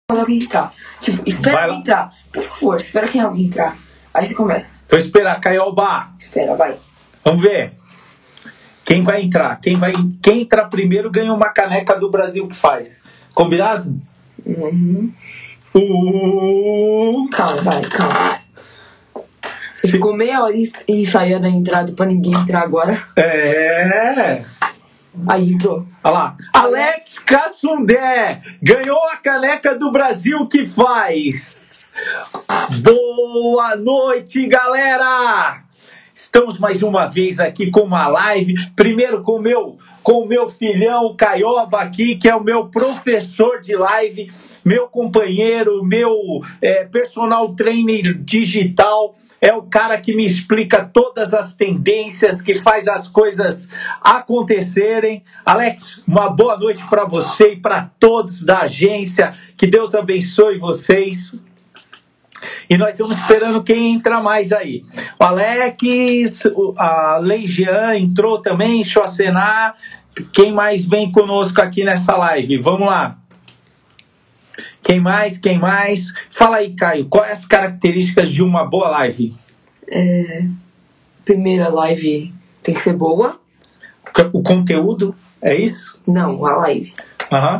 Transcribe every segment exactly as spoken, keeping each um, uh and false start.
alguém entrar. Tipo, espera alguém entrar. Por favor, espera que alguém entrar. Aí você começa. Vou esperar, Caioba. Espera, vai. Vamos ver. Quem vai entrar? Quem, vai... Quem entrar primeiro ganha uma caneca do Brasil que faz. Combinado? Uhum. Uh... Calma, vai, calma. Você ficou meia hora e saía da entrada pra ninguém entrar agora. É. Aí entrou. Olha lá. Alex Cassundé ganhou a caneca do Brasil que faz. Boa noite, galera! Estamos mais uma vez aqui com uma live. Primeiro com o meu, com o meu filhão Caioba aqui, que é o meu professor de live, meu companheiro, meu é, personal trainer digital. É o cara que me explica todas as tendências, que faz as coisas acontecerem. Alex, uma boa noite para você e para todos da agência. Que Deus abençoe vocês. E nós estamos esperando quem entra mais aí. O Alex, a Leigian entrou também, deixa eu acenar. Quem mais vem conosco aqui nessa live? Vamos lá. Quem mais? Quem mais? Fala aí, Caio, quais as características de uma boa live? É, primeira live tem que ser boa. O conteúdo, é isso? Não, a live. Aham.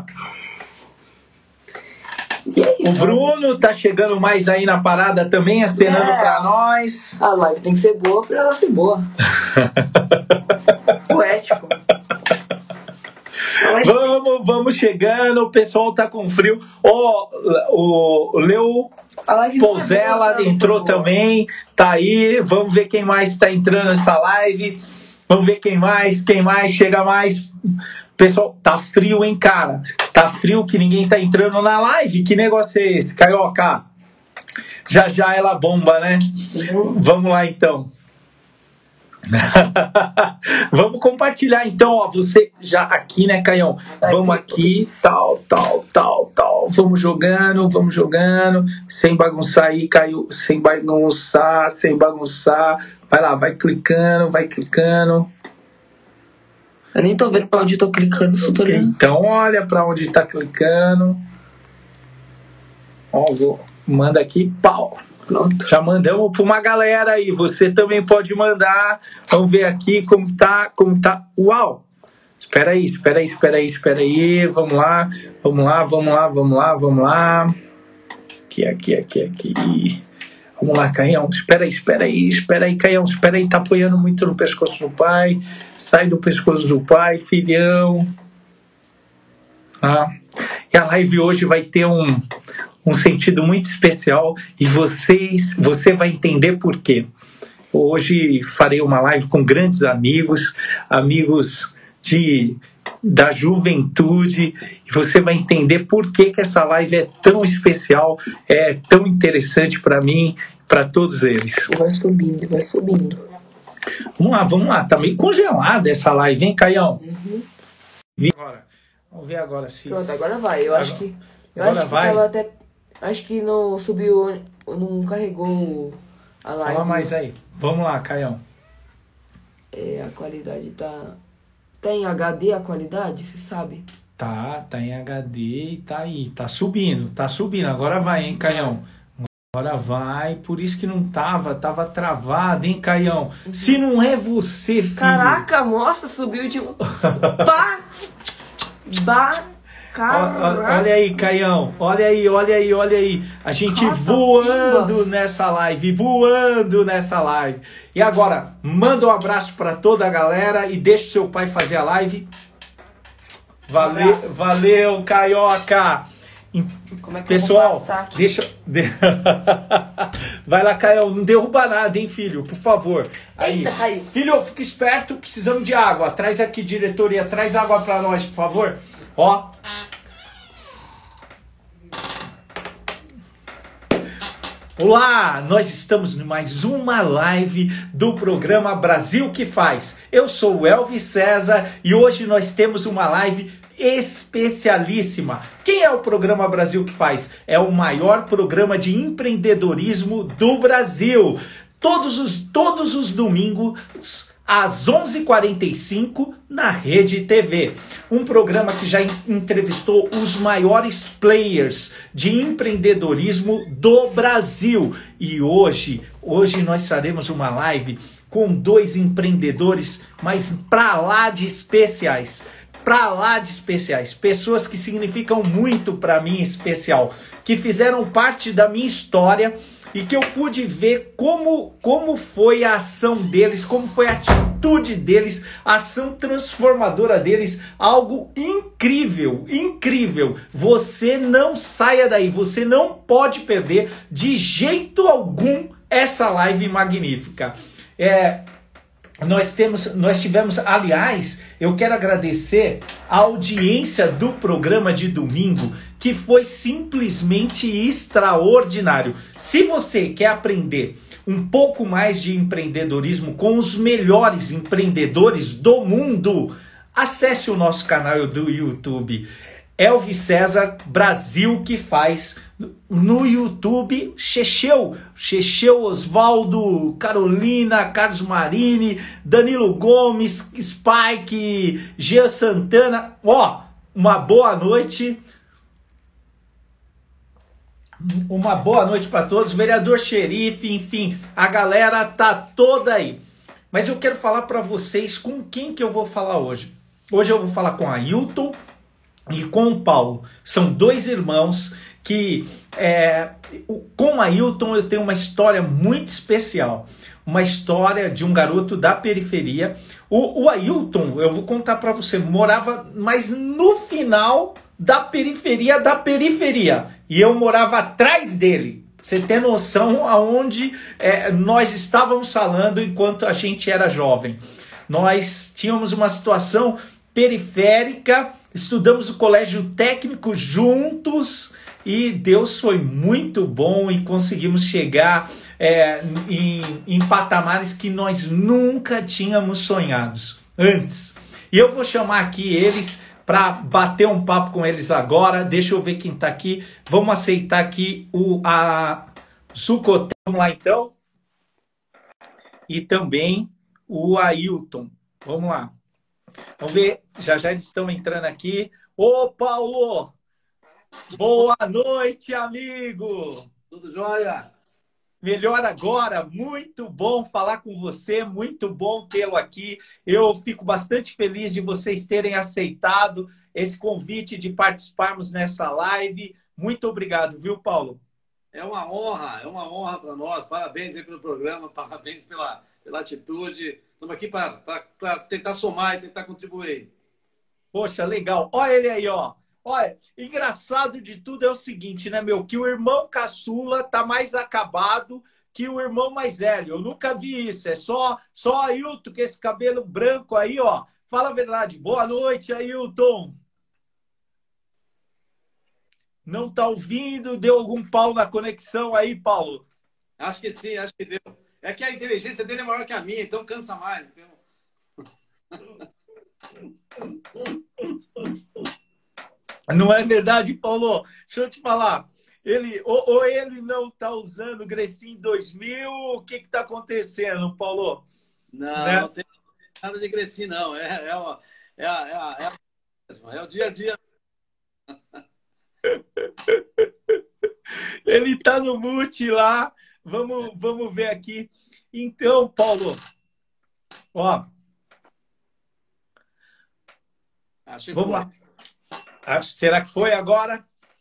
E é isso, o Bruno né? Tá chegando mais aí na parada também, acenando é. Pra nós. A live tem que ser boa pra ela ser boa. Poético. Vamos, vamos chegando, o pessoal tá com frio. Ó, oh, o Leo Pozella é entrou também, tá aí. Vamos ver quem mais tá entrando nessa live. Vamos ver quem mais, quem mais, chega mais. Pessoal, tá frio, hein, cara? Tá frio que ninguém tá entrando na live. Que negócio é esse, Caioca? Já já ela bomba, né? Uhum. Vamos lá, então. Vamos compartilhar então, ó, você já aqui, né, Caião? Vamos aqui, tal, tal, tal, tal. Vamos jogando, vamos jogando, sem bagunçar aí, Caio, sem bagunçar, sem bagunçar. Vai lá, vai clicando, vai clicando. Eu nem tô vendo pra onde eu tô clicando, só tô okay, então olha pra onde tá clicando. Ó, vou, manda aqui, pau. Pronto. Já mandamos para uma galera aí. Você também pode mandar. Vamos ver aqui como tá, como tá. Uau! Espera aí, espera aí, espera aí, espera aí. Vamos lá, vamos lá, vamos lá, vamos lá, vamos lá. Aqui, aqui, aqui, aqui. Vamos lá, Caião. Espera aí, espera aí, espera aí, Caião. Espera aí, tá apoiando muito no pescoço do pai. Sai do pescoço do pai, filhão. Ah. E a live hoje vai ter um um sentido muito especial e vocês, você vai entender por quê. Hoje farei uma live com grandes amigos, amigos de, da juventude, e você vai entender por que, que essa live é tão especial, é tão interessante para mim, para todos eles. Vai subindo, vai subindo. Vamos lá, vamos lá, tá meio congelada essa live, hein, Caião? Uhum. Agora, vamos ver agora se... Pronto, agora vai, eu agora, acho que... Eu agora acho que vai. tava até... Acho que não subiu, não carregou a live. Fala mais aí. Vamos lá, Caião. É, a qualidade tá... Tá em H D a qualidade, você sabe? Tá, tá em H D e tá aí. Tá subindo, tá subindo. Agora vai, hein, Caião? Agora vai. Por isso que não tava, tava travado, hein, Caião? Uhum. Se não é você, filho... Caraca, moça, subiu de um... Pá! Bah! Olha, olha aí, Caião, olha aí, olha aí, olha aí, a gente Nossa, voando Deus. nessa live, voando nessa live. E agora, manda um abraço para toda a galera e deixa o seu pai fazer a live. Valeu, um valeu, Caioca. Como é que Pessoal, eu vou aqui? deixa... Vai lá, Caião, não derruba nada, hein, filho, por favor. Aí, Eita, caiu. Filho, fica esperto, precisamos de água. Traz aqui, diretoria, traz água para nós, por favor. Ó. Olá, nós estamos em mais uma live do programa Brasil que Faz. Eu sou o Elvis César e hoje nós temos uma live especialíssima. Quem é o programa Brasil que Faz? É o maior programa de empreendedorismo do Brasil. Todos os, todos os domingos às onze e quarenta e cinco na Rede T V. Um programa que já entrevistou os maiores players de empreendedorismo do Brasil. E hoje, hoje nós faremos uma live com dois empreendedores, mas pra lá de especiais. Pra lá de especiais. Pessoas que significam muito para mim especial. Que fizeram parte da minha história e que eu pude ver como, como foi a ação deles, como foi a atitude deles, a ação transformadora deles, algo incrível, incrível. Você não saia daí, você não pode perder de jeito algum essa live magnífica. É... Nós, temos, nós tivemos, aliás, eu quero agradecer a audiência do programa de domingo, que foi simplesmente extraordinário. Se você quer aprender um pouco mais de empreendedorismo com os melhores empreendedores do mundo, acesse o nosso canal do YouTube. Elvis César Brasil que faz no YouTube. Checheu, Checheu Osvaldo, Carolina, Carlos Marini, Danilo Gomes, Spike, Jean Santana. Ó, uma boa noite. Uma boa noite para todos. Vereador Xerife, enfim, a galera tá toda aí. Mas eu quero falar para vocês com quem que eu vou falar hoje. Hoje eu vou falar com a Ailton e com o Paulo. São dois irmãos que, é, com a Ailton eu tenho uma história muito especial. Uma história de um garoto da periferia. O, o Ailton, eu vou contar para você, morava mais no final da periferia da periferia. E eu morava atrás dele. Você tem noção aonde é, nós estávamos falando enquanto a gente era jovem. Nós tínhamos uma situação periférica, estudamos o colégio técnico juntos e Deus foi muito bom e conseguimos chegar é, em, em patamares que nós nunca tínhamos sonhados antes. E eu vou chamar aqui eles para bater um papo com eles agora. Deixa eu ver quem está aqui. Vamos aceitar aqui o a Zucotec. Vamos lá então. E também o Ailton. Vamos lá. Vamos ver, já já eles estão entrando aqui. Ô, Paulo! Boa noite, amigo! Tudo jóia? Melhor agora, muito bom falar com você, muito bom tê-lo aqui. Eu fico bastante feliz de vocês terem aceitado esse convite de participarmos nessa live. Muito obrigado, viu, Paulo? É uma honra, é uma honra para nós. Parabéns aí pelo programa, parabéns pela, pela atitude. Estamos aqui para tentar somar e tentar contribuir. Poxa, legal. Olha ele aí, ó. Olha, engraçado de tudo é o seguinte, né, meu? Que o irmão caçula tá mais acabado que o irmão mais velho. Eu nunca vi isso. É só, só Ailton com esse cabelo branco aí, ó. Fala a verdade. Boa noite, Ailton. Não tá ouvindo? Deu algum pau na conexão aí, Paulo? Acho que sim, acho que deu. É que a inteligência dele é maior que a minha, então cansa mais. Então... Não é verdade, Paulo? Deixa eu te falar. Ele, ou, ou ele não está usando o Grecinho dois mil, o que está acontecendo, Paulo? Não, né? Não tem nada de Grecinho, não. É, é, é, é, é, é, é o dia a dia. Ele está no mute lá. Vamos, vamos ver aqui. Então, Paulo, ó. Achei vamos foi. lá. Será que foi agora?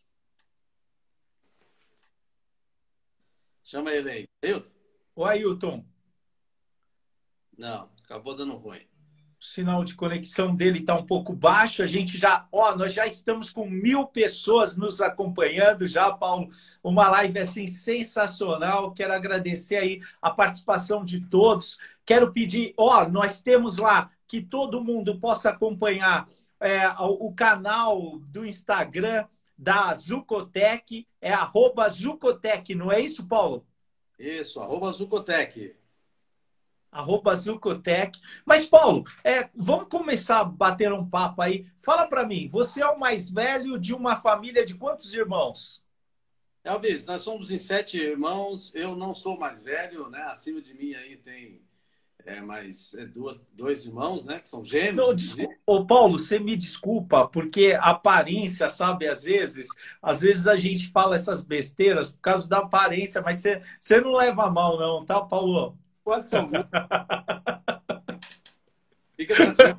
Chama ele aí. Ailton? Ô, Ailton. Não, acabou dando ruim. O sinal de conexão dele está um pouco baixo. A gente já, ó, nós já estamos com mil pessoas nos acompanhando já, Paulo. Uma live assim sensacional. Quero agradecer aí a participação de todos. Quero pedir, ó, nós temos lá que todo mundo possa acompanhar é, o canal do Instagram da Zucotec, é arroba Zucotec, não é isso, Paulo? Isso, arroba Zucotec. Arroba Zucotec. Mas, Paulo, é, vamos começar a bater um papo aí. Fala para mim, você é o mais velho de uma família de quantos irmãos? Elvis, nós somos em sete irmãos. Eu não sou mais velho, né? Acima de mim aí tem é, mas é duas, dois irmãos, né? Que são gêmeos. Não, desculpa, ô Paulo, você me desculpa, porque a aparência, sabe, às vezes, às vezes a gente fala essas besteiras por causa da aparência, mas você, você não leva a mal, não, tá, Paulo? Quantos são? Fica tranquilo.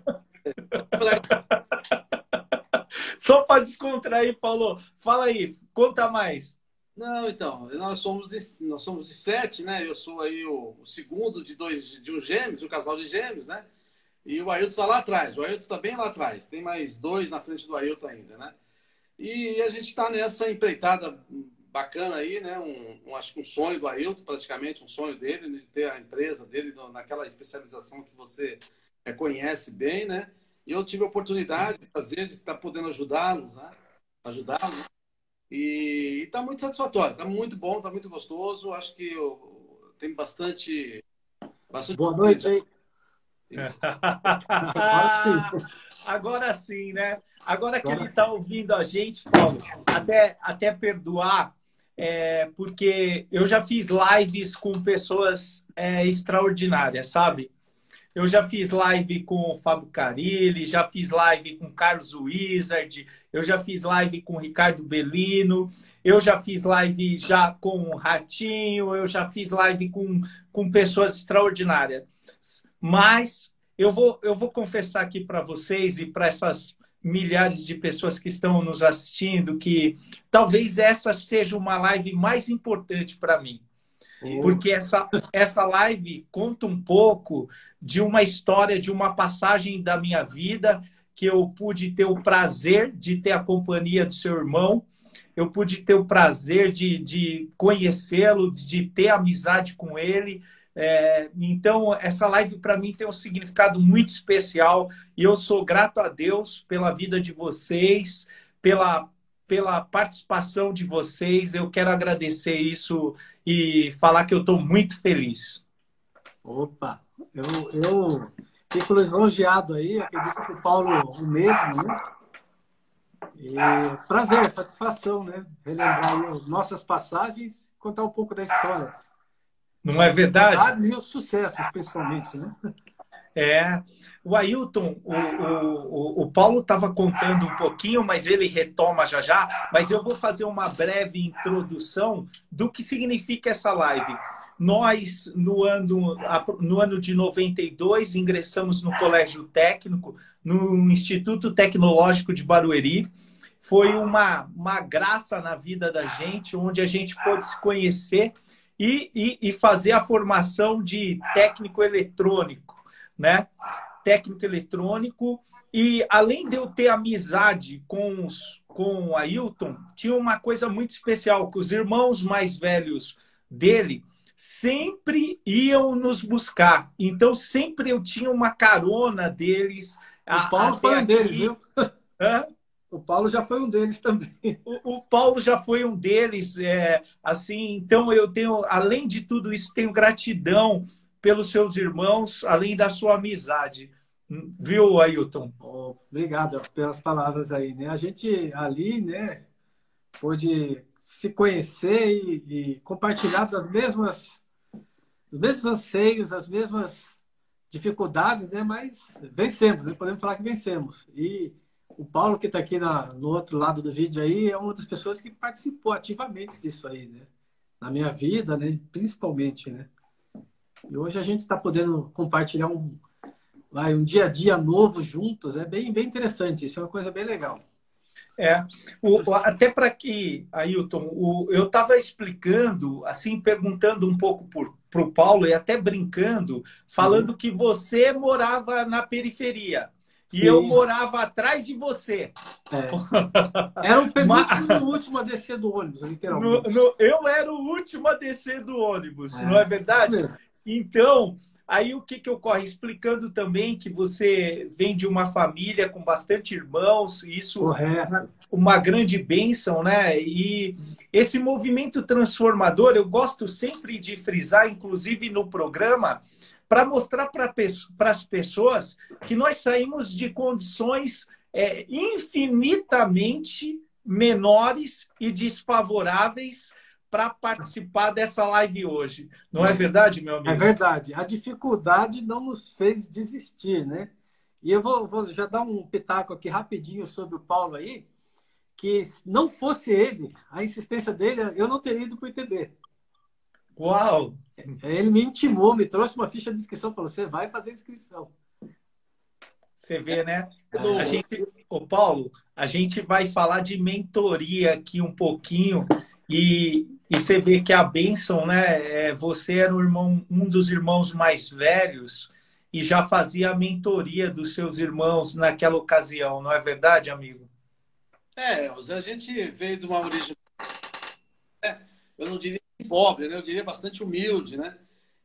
Só para descontrair, Paulo, fala aí, conta mais. Não, então, nós somos, nós somos de sete, né? Eu sou aí o, o segundo de dois, de um gêmeos, um casal de gêmeos, né? E o Ailton está lá atrás. O Ailton está bem lá atrás. Tem mais dois na frente do Ailton ainda, né? E a gente está nessa empreitada bacana aí, né? Um, um, acho que um sonho do Ailton, praticamente um sonho dele, de ter a empresa dele naquela especialização que você é, conhece bem, né? E eu tive a oportunidade de fazer, de estar tá podendo ajudá-los, né? Ajudá-los, né? E está muito satisfatório, está muito bom, está muito gostoso. Acho que eu, tem bastante, bastante. Boa noite aí. Agora sim. Agora sim, né? Agora que Agora ele está ouvindo a gente, Paulo, até, até perdoar, é, porque eu já fiz lives com pessoas é, extraordinárias, sabe? Eu já fiz live com o Fábio Carilli, já fiz live com o Carlos Wizard, eu já fiz live com o Ricardo Bellino, eu já fiz live já com o Ratinho, eu já fiz live com, com pessoas extraordinárias. Mas eu vou, eu vou confessar aqui para vocês e para essas milhares de pessoas que estão nos assistindo que talvez essa seja uma live mais importante para mim. Porque essa, essa live conta um pouco de uma história, de uma passagem da minha vida, que eu pude ter o prazer de ter a companhia do seu irmão, eu pude ter o prazer de, de conhecê-lo, de ter amizade com ele. É, então, essa live para mim tem um significado muito especial e eu sou grato a Deus pela vida de vocês, pela pela participação de vocês. Eu quero agradecer isso e falar que eu estou muito feliz. Opa, eu, eu fico lisonjeado aí, acredito que o Paulo o mesmo, né? E prazer, satisfação, né? Relembrar aí nossas passagens, contar um pouco da história. Não é verdade? E os sucessos, principalmente, né? É, o Ailton, o, o, o Paulo estava contando um pouquinho, mas ele retoma já já, mas eu vou fazer uma breve introdução do que significa essa live. Nós, no ano, no ano de noventa e dois, ingressamos no Colégio Técnico, no Instituto Tecnológico de Barueri. Foi uma, uma graça na vida da gente, onde a gente pôde se conhecer e, e, e fazer a formação de técnico eletrônico. Né? Técnico eletrônico, e além de eu ter amizade com, os, com o Ailton, tinha uma coisa muito especial, que os irmãos mais velhos dele sempre iam nos buscar, então sempre eu tinha uma carona deles. O Paulo foi um aqui. deles, viu? Hã? O Paulo já foi um deles também. O, o Paulo já foi um deles, é, assim, então eu tenho, além de tudo isso, tenho gratidão pelos seus irmãos, além da sua amizade. Viu, Ailton? Oh, obrigado pelas palavras aí, né? A gente ali, né, pôde se conhecer e, e compartilhar das mesmas, os mesmos anseios, as mesmas dificuldades, né? Mas vencemos, né? Podemos falar que vencemos. E o Paulo, que está aqui na, no outro lado do vídeo aí, é uma das pessoas que participou ativamente disso aí, né? Na minha vida, né? Principalmente, né? E hoje a gente está podendo compartilhar um, vai, um dia a dia novo juntos. É bem, bem interessante. Isso é uma coisa bem legal. É, o, até para que, Ailton, o, eu estava explicando, assim, perguntando um pouco para o Paulo e até brincando, falando uhum. que você morava na periferia. Sim. E eu morava atrás de você. É. Era o penúltimo Mas... último a descer do ônibus, literalmente. No, no, eu era o último a descer do ônibus, é. Não é verdade? Então, aí o que, que ocorre? Explicando também que você vem de uma família com bastante irmãos, isso é uma, uma grande bênção, né? E esse movimento transformador, eu gosto sempre de frisar, inclusive no programa, para mostrar para as pessoas que nós saímos de condições é, infinitamente menores e desfavoráveis para participar dessa live hoje. Não é verdade, meu amigo? É verdade. A dificuldade não nos fez desistir, né? E eu vou, vou já dar um pitaco aqui rapidinho sobre o Paulo aí, que se não fosse ele, a insistência dele, eu não teria ido para o I T B. Uau! Ele me intimou, me trouxe uma ficha de inscrição, falou, você vai fazer inscrição. Você vê, né? A gente, ô Paulo, a gente vai falar de mentoria aqui um pouquinho e, e você vê que a bênção, né? É, você era o irmão, um dos irmãos mais velhos e já fazia a mentoria dos seus irmãos naquela ocasião, não é verdade, amigo? É, a gente veio de uma origem, né, eu não diria pobre, né? Eu diria bastante humilde, né?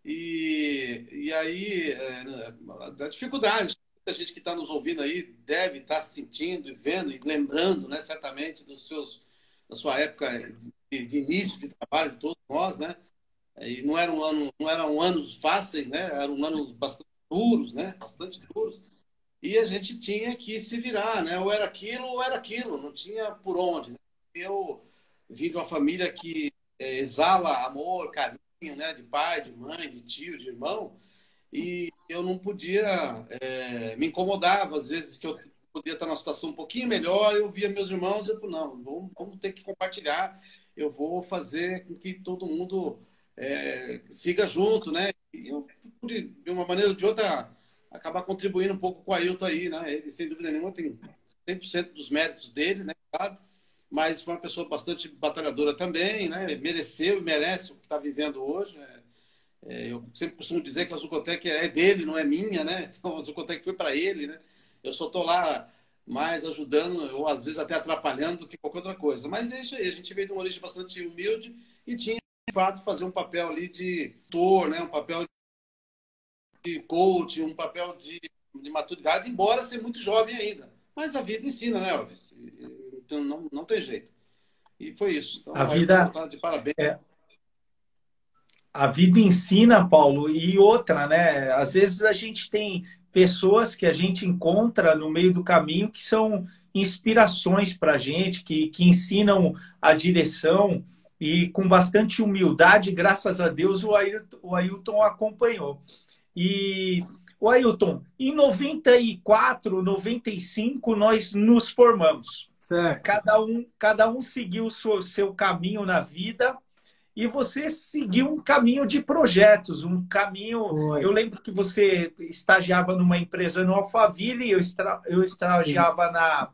E, e aí, é, a dificuldade, muita gente que está nos ouvindo aí deve estar sentindo e vendo e lembrando, né, certamente, dos seus, da sua época de, de início de trabalho de todos nós, né? E não eram, ano, não eram anos fáceis, né? Eram anos bastante duros, né? Bastante duros. E a gente tinha que se virar, né? Ou era aquilo ou era aquilo, não tinha por onde, né? Eu vim de uma família que é, exala amor, carinho, né? De pai, de mãe, de tio, de irmão. E eu não podia, é, me incomodava às vezes que eu podia estar numa situação um pouquinho melhor, eu via meus irmãos e eu falei, não, vamos, vamos ter que compartilhar, eu vou fazer com que todo mundo é, siga junto, né? E eu, de uma maneira ou de outra, acabar contribuindo um pouco com o Ailton aí, né? Ele, sem dúvida nenhuma, tem cem por cento dos méritos dele, né? Claro, mas foi uma pessoa bastante batalhadora também, né? Mereceu e merece o que está vivendo hoje, né? É, eu sempre costumo dizer que a Zucotec é dele, não é minha, né? Então a Zucotec foi para ele, né? Eu só estou lá mais ajudando, ou às vezes até atrapalhando do que qualquer outra coisa. Mas é isso aí, a gente veio de uma origem bastante humilde e tinha, de fato, fazer um papel ali de tutor, né? Um papel de coach, um papel de, de maturidade, embora ser muito jovem ainda. Mas a vida ensina, né, Elvis? Então não, não tem jeito. E foi isso. Então, a vida tá de parabéns. É... A vida ensina, Paulo, e outra, né? Às vezes a gente tem pessoas que a gente encontra no meio do caminho que são inspirações para a gente, que, que ensinam a direção e com bastante humildade, graças a Deus, o Ailton, o Ailton acompanhou. E, o Ailton, em noventa e quatro, noventa e cinco, nós nos formamos. Certo. Cada um, cada um seguiu o seu, seu caminho na vida. E você seguiu um caminho de projetos, um caminho... Foi. Eu lembro que você estagiava numa empresa no Alphaville, eu, estra... eu estagiava na,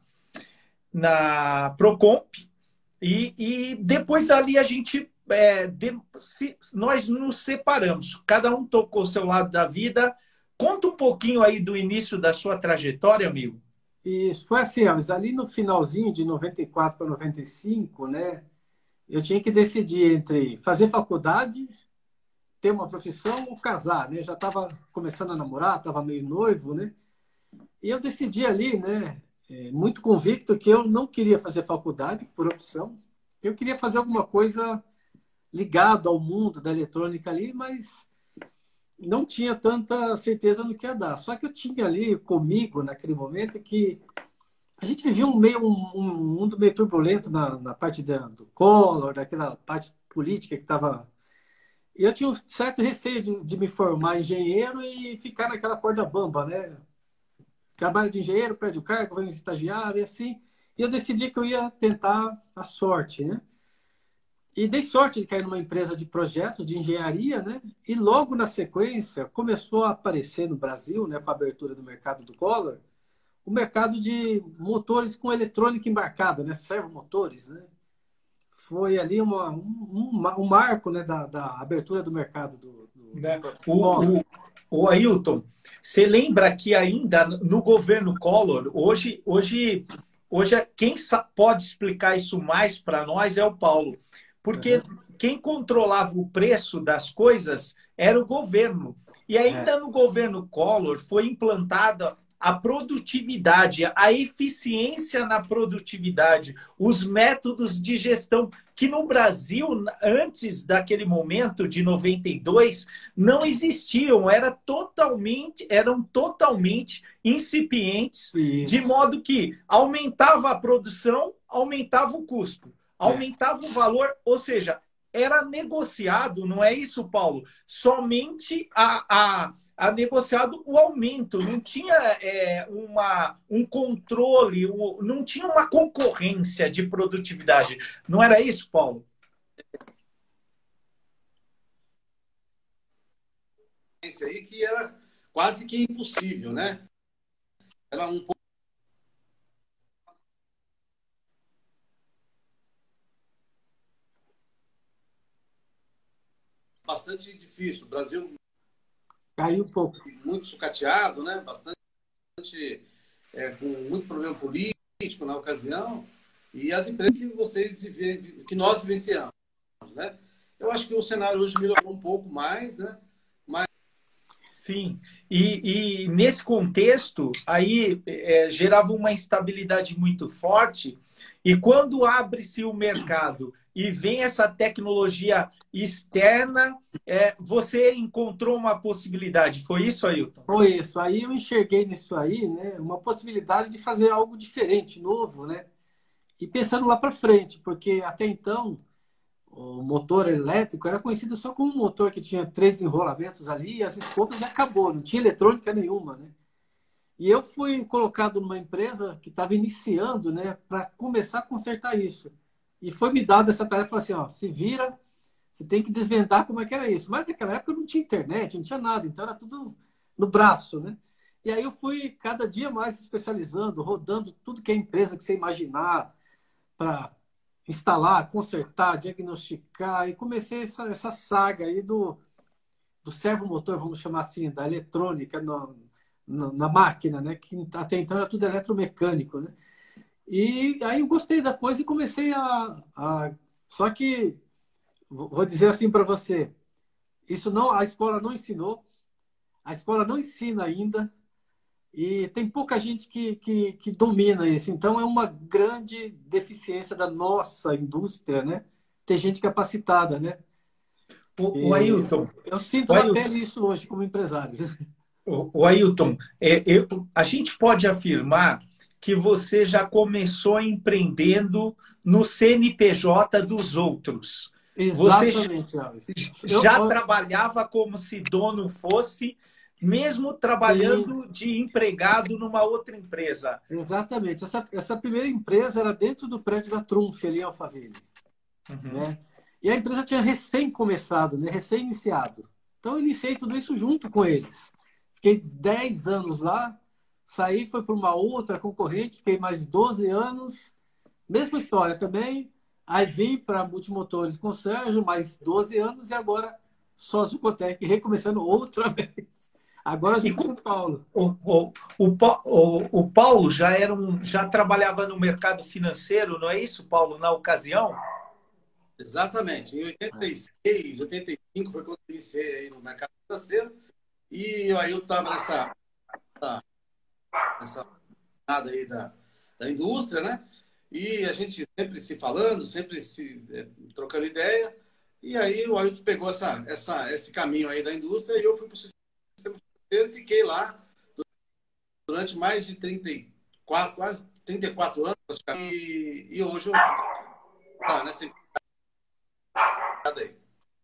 na Procomp, e, e depois dali a gente... É, de... Se... Nós nos separamos, cada um tocou o seu lado da vida. Conta um pouquinho aí do início da sua trajetória, amigo. Isso, foi assim, Alves, ali no finalzinho de noventa e quatro para noventa e cinco, né? Eu tinha que decidir entre fazer faculdade, ter uma profissão ou casar, né? Já estava começando a namorar, estava meio noivo, né? E eu decidi ali, né? Muito convicto que eu não queria fazer faculdade por opção. Eu queria fazer alguma coisa ligada ao mundo da eletrônica ali, mas não tinha tanta certeza no que ia dar. Só que eu tinha ali comigo, naquele momento, que a gente vivia um, meio, um, um mundo meio turbulento na, na parte da, do Collor, daquela parte política que estava... E eu tinha um certo receio de, de me formar engenheiro e ficar naquela corda bamba, né? Trabalho de engenheiro, perde o cargo, vem estagiário e assim. E eu decidi que eu ia tentar a sorte, né? E dei sorte de cair numa empresa de projetos de engenharia, né? E logo na sequência começou a aparecer no Brasil, né, com a abertura do mercado do Collor, o mercado de motores com eletrônica embarcada, né? Servomotores, né? Foi ali uma, um, um marco, né, da, da abertura do mercado do, do, né? do o, o, o Ailton, você lembra que ainda no governo Collor, hoje, hoje, hoje quem pode explicar isso mais para nós é o Paulo, porque uhum. quem controlava o preço das coisas era o governo. E ainda é. no governo Collor foi implantada a produtividade, a eficiência na produtividade, os métodos de gestão, que no Brasil, antes daquele momento de noventa e dois, não existiam, era totalmente, eram totalmente incipientes, Isso. de modo que aumentava a produção, aumentava o custo, aumentava é. o valor, ou seja, era negociado, não é isso, Paulo? Somente a, a, a negociado o aumento, não tinha é, uma, um controle, um, não tinha uma concorrência de produtividade. Não era isso, Paulo? Isso aí que era quase que impossível, né? Era um pouco bastante difícil. O Brasil Caiu um pouco. muito sucateado, né? Bastante é, com muito problema político na ocasião, e as empresas que vocês vive, que nós vivenciamos, né? Eu acho que o cenário hoje melhorou um pouco mais, né? Mas sim, e, e nesse contexto aí é, gerava uma instabilidade muito forte, e quando abre-se o mercado e vem essa tecnologia externa, é, você encontrou uma possibilidade. Foi isso, Ailton? Foi isso. Aí eu enxerguei nisso aí, né, uma possibilidade de fazer algo diferente, novo, né? E pensando lá para frente, porque até então o motor elétrico era conhecido só como um motor que tinha três enrolamentos ali e as escovas e acabou, não tinha eletrônica nenhuma, né? E eu fui colocado numa empresa que estava iniciando, né, para começar a consertar isso. E foi me dada essa tarefa, assim, ó, se vira, você tem que desvendar como é que era isso. Mas naquela época não tinha internet, não tinha nada, então era tudo no braço, né? E aí eu fui cada dia mais especializando, rodando tudo que é empresa que você imaginar para instalar, consertar, diagnosticar, e comecei essa, essa saga aí do, do servomotor, vamos chamar assim, da eletrônica no, no, na máquina, né? Que até então era tudo eletromecânico, né? E aí eu gostei da coisa e comecei a... a... Só que, vou dizer assim para você, isso não, a escola não ensinou, a escola não ensina ainda, e tem pouca gente que, que, que domina isso. Então, é uma grande deficiência da nossa indústria, né? Ter gente capacitada, né? O, o Ailton, eu sinto o na Ailton, pele isso hoje como empresário. o, o Ailton é, eu, a gente pode afirmar que você já começou empreendendo no C N P J dos outros. Exatamente, Você Alves. já Eu, trabalhava como se dono fosse, mesmo sim, trabalhando de empregado numa outra empresa. exatamente. Essa, essa primeira empresa era dentro do prédio da Trunf, ali em Alphaville, Uhum. né? E a empresa tinha recém começado, né? Recém-iniciado. Então, eu iniciei tudo isso junto com eles. Fiquei dez anos lá, saí, foi para uma outra concorrente, fiquei mais doze anos, mesma história também. Aí vim para Multimotores com o Sérgio, mais doze anos, e agora só Zucotec, recomeçando outra vez. Agora E junto com o Paulo. o, o, o, Pa- o, o Paulo já era um, já trabalhava no mercado financeiro, não é isso, Paulo, na ocasião? exatamente, em oitenta e seis, oitenta e cinco foi quando eu iniciei aí no mercado financeiro, e aí eu estava nessa, nessa, nessa nada aí da, da indústria, né? E a gente sempre se falando, sempre se é, trocando ideia, e aí o Ailton pegou essa, essa, esse caminho aí da indústria e eu fui para o sistema financeiro e fiquei lá durante mais de trinta e quatro, quase trinta e quatro anos, e, e hoje eu tá nessa aí.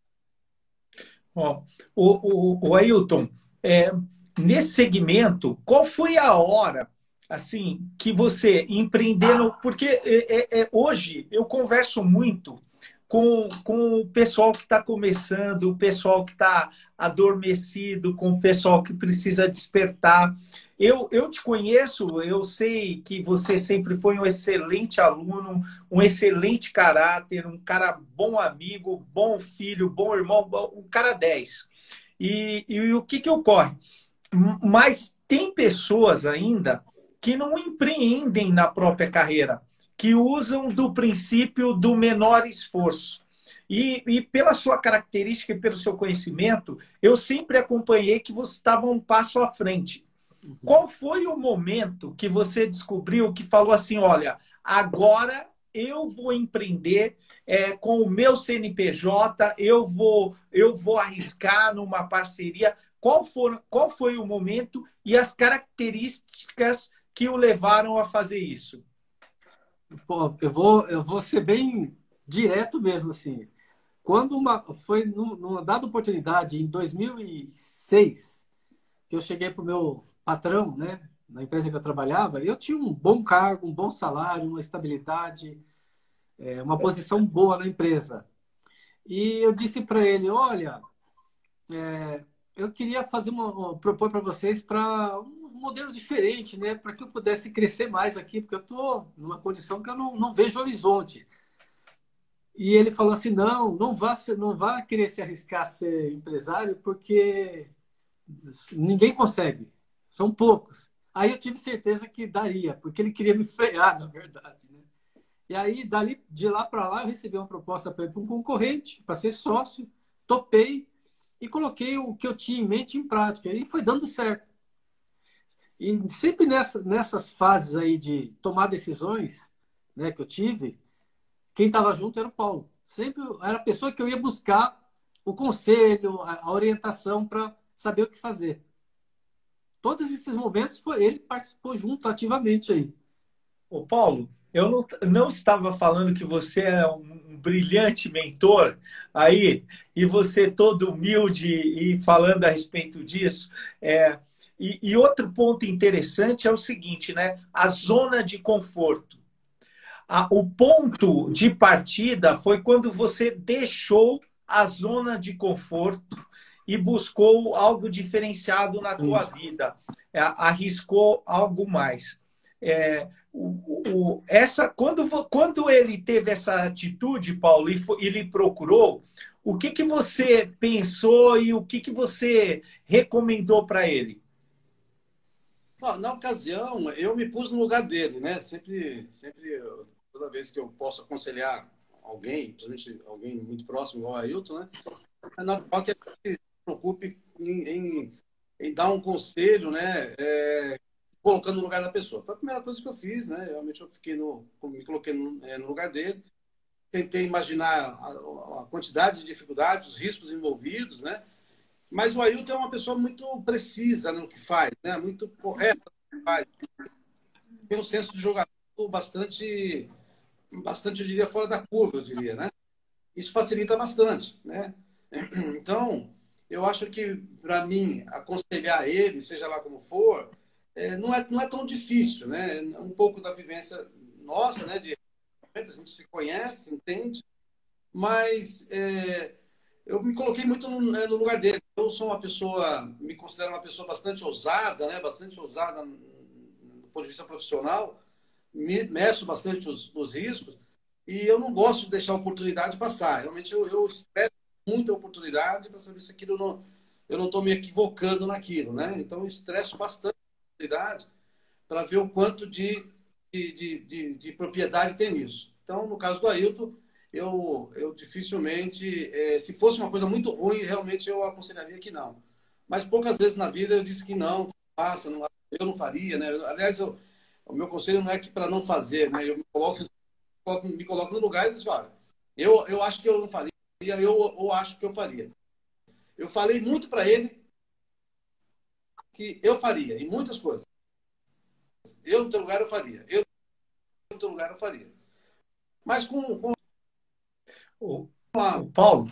Ó, o, o, o Ailton, é, nesse segmento, qual foi a hora assim que você empreendendo? Porque é, é, é, hoje eu converso muito com, com o pessoal que está começando, o pessoal que está adormecido, com o pessoal que precisa despertar. Eu, eu te conheço, eu sei que você sempre foi um excelente aluno, um excelente caráter, um cara bom amigo, bom filho, bom irmão, um cara dez. E, e o que, que ocorre? Mas tem pessoas ainda que não empreendem na própria carreira, que usam do princípio do menor esforço. E, e pela sua característica e pelo seu conhecimento, eu sempre acompanhei que você estava um passo à frente. Qual foi o momento que você descobriu que falou assim, olha, agora eu vou empreender é, com o meu C N P J, eu vou, eu vou arriscar numa parceria. Qual, for, qual foi o momento e as características que o levaram a fazer isso? Pô, eu vou, eu vou ser bem direto mesmo, assim. Quando uma, foi num- numa dada oportunidade, em dois mil e seis, que eu cheguei para o meu patrão, né, na empresa que eu trabalhava, eu tinha um bom cargo, um bom salário, uma estabilidade, é, uma posição boa na empresa. E eu disse para ele, olha, é, eu queria fazer uma, uma- propor para vocês para um modelo diferente, né, para que eu pudesse crescer mais aqui, porque eu estou numa condição que eu não, não vejo horizonte. E ele falou assim, não, não vá, ser- não vá querer se arriscar a ser empresário, porque ninguém consegue, são poucos. Aí eu tive certeza que daria, porque ele queria me frear, na verdade, né? E aí, dali, de lá para lá, eu recebi uma proposta para ir para um concorrente, para ser sócio, topei e coloquei o que eu tinha em mente em prática. E foi dando certo. E sempre nessa, nessas fases aí de tomar decisões, né, que eu tive, quem estava junto era o Paulo. Sempre era a pessoa que eu ia buscar o conselho, a, a orientação para saber o que fazer. Todos esses momentos, foi, ele participou junto ativamente aí. Ô, Paulo, eu não, não estava falando que você é um, um brilhante mentor aí, e você todo humilde e falando a respeito disso. É, e, e outro ponto interessante é o seguinte, né? A zona de conforto. A- o ponto de partida foi quando você deixou a zona de conforto e buscou algo diferenciado na tua Isso. vida, é, arriscou algo mais. É, o, o- essa, quando, vo- quando ele teve essa atitude, Paulo, e fo- ele procurou, o que, que você pensou e o que, que você recomendou para ele? Ó, na ocasião, eu me pus no lugar dele, né? Sempre, sempre, eu- toda vez que eu posso aconselhar alguém, principalmente alguém muito próximo, igual o Ailton, né? É natural que a gente se preocupe em, em, em dar um conselho, né? É, colocando no lugar da pessoa. Foi a primeira coisa que eu fiz, né? Realmente eu fiquei no, me coloquei no, é, no lugar dele, tentei imaginar a, a quantidade de dificuldades, os riscos envolvidos, né? Mas o Ailton é uma pessoa muito precisa no que faz, né? Muito correta no que faz. Tem um senso de jogador bastante, bastante, eu diria, fora da curva, eu diria, né? Isso facilita bastante, né? Então, eu acho que, para mim, aconselhar ele, seja lá como for, é, não, é, não é tão difícil, né? É um pouco da vivência nossa, né? De, a gente se conhece, entende, mas é, eu me coloquei muito no, né, no lugar dele. Eu sou uma pessoa, me considero uma pessoa bastante ousada, né? Bastante ousada do ponto de vista profissional, me, meço bastante os, os riscos e eu não gosto de deixar a oportunidade passar. Realmente eu, eu espero muita oportunidade para saber se aquilo não, eu não estou me equivocando naquilo, né? Então eu estresso bastante a oportunidade para ver o quanto de, de, de, de, de propriedade tem nisso. Então, no caso do Ailton, eu, eu dificilmente, eh, se fosse uma coisa muito ruim, realmente eu aconselharia que não. Mas poucas vezes na vida eu disse que não, que passa, não, eu não faria, né? Aliás, eu, o meu conselho não é que para não fazer, né? Eu me coloco, coloco- me coloco no lugar e digo, olha, eu, eu acho que eu não faria, eu, eu acho que eu faria. Eu falei muito para ele que eu faria, em muitas coisas. Eu, no teu lugar, eu faria. Eu, no teu lugar, eu faria. Mas com, com, O, a- o Paulo,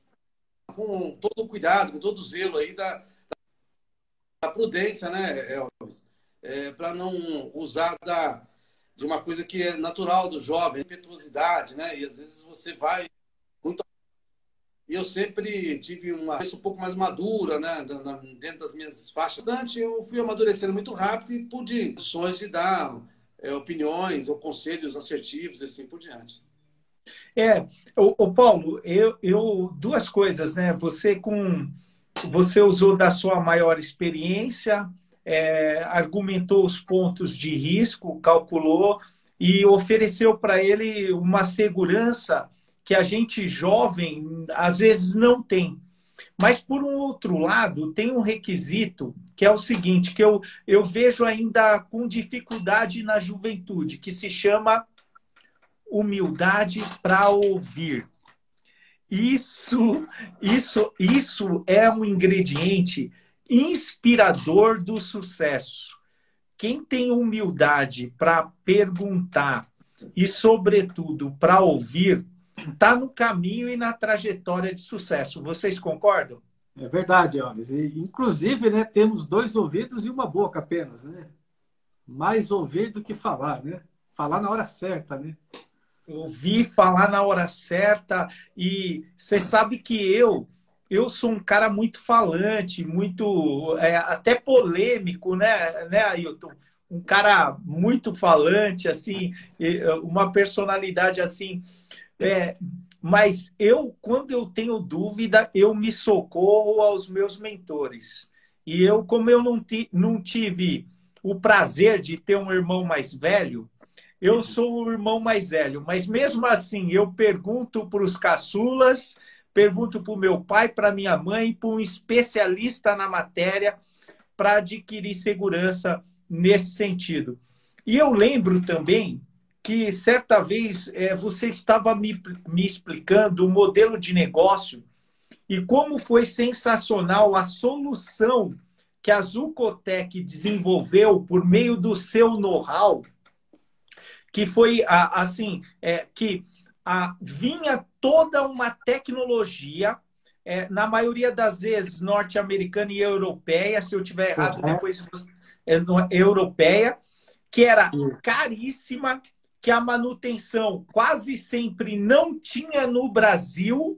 com todo o cuidado, com todo o zelo aí da, da prudência, né, Elvis? É, para não usar da, de uma coisa que é natural do jovem, impetuosidade, né? E às vezes você vai muito. E eu sempre tive uma cabeça um pouco mais madura, né? da- da- Dentro das minhas faixas. Portanto, eu fui amadurecendo muito rápido e pude opções de dar é, opiniões ou conselhos assertivos e assim por diante. é, o, o Paulo, eu, eu duas coisas, né? Você com você usou da sua maior experiência, é, argumentou os pontos de risco, calculou e ofereceu para ele uma segurança que a gente jovem às vezes não tem. Mas, por um outro lado, tem um requisito que é o seguinte, que eu, eu vejo ainda com dificuldade na juventude, que se chama humildade para ouvir. Isso, isso, isso é um ingrediente inspirador do sucesso. Quem tem humildade para perguntar e, sobretudo, para ouvir, está no caminho e na trajetória de sucesso. Vocês concordam? É verdade, Elvis. E, inclusive, né, temos dois ouvidos e uma boca apenas, né? Mais ouvir do que falar, né? Falar na hora certa, né? Ouvir falar na hora certa. E você sabe que eu eu sou um cara muito falante, muito é, até polêmico, né, né, Ailton? Um cara muito falante, assim, uma personalidade assim. É, mas eu, quando eu tenho dúvida, eu me socorro aos meus mentores. E eu, como eu não, ti, não tive o prazer de ter um irmão mais velho, eu sou o irmão mais velho. Mas mesmo assim, eu pergunto para os caçulas, pergunto para o meu pai, para minha mãe, para um especialista na matéria, para adquirir segurança nesse sentido. E eu lembro também que certa vez é, você estava me, me explicando o modelo de negócio e como foi sensacional a solução que a Zucotec desenvolveu por meio do seu know-how, que foi assim, é, que a, vinha toda uma tecnologia, é, na maioria das vezes norte-americana e europeia, se eu tiver errado, uhum. depois é, europeia, que era caríssima, que a manutenção quase sempre não tinha no Brasil.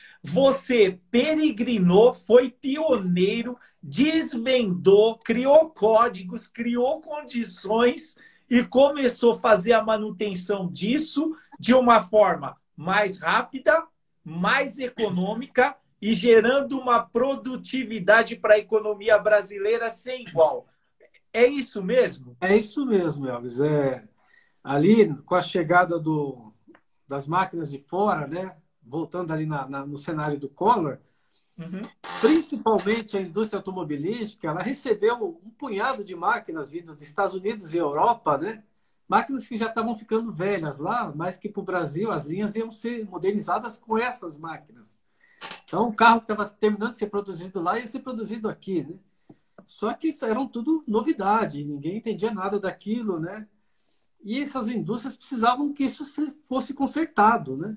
Você peregrinou, foi pioneiro, desvendou, criou códigos, criou condições e começou a fazer a manutenção disso de uma forma mais rápida, mais econômica e gerando uma produtividade para a economia brasileira sem igual. É isso mesmo? É isso mesmo, Elvis. É... Ali, com a chegada do, das máquinas de fora, né? Voltando ali na, na, no cenário do Collor, uhum. principalmente a indústria automobilística, ela recebeu um punhado de máquinas vindas dos Estados Unidos e Europa, né? Máquinas que já estavam ficando velhas lá, mas que para o Brasil as linhas iam ser modernizadas com essas máquinas. Então, o carro que estava terminando de ser produzido lá ia ser produzido aqui, né? Só que isso eram tudo novidade, ninguém entendia nada daquilo, né? E essas indústrias precisavam que isso fosse consertado, né?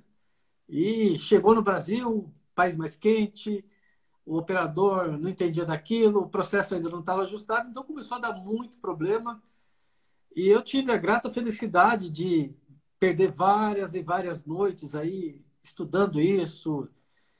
E chegou no Brasil, país mais quente, o operador não entendia daquilo, o processo ainda não estava ajustado, então começou a dar muito problema. E eu tive a grata felicidade de perder várias e várias noites aí estudando isso.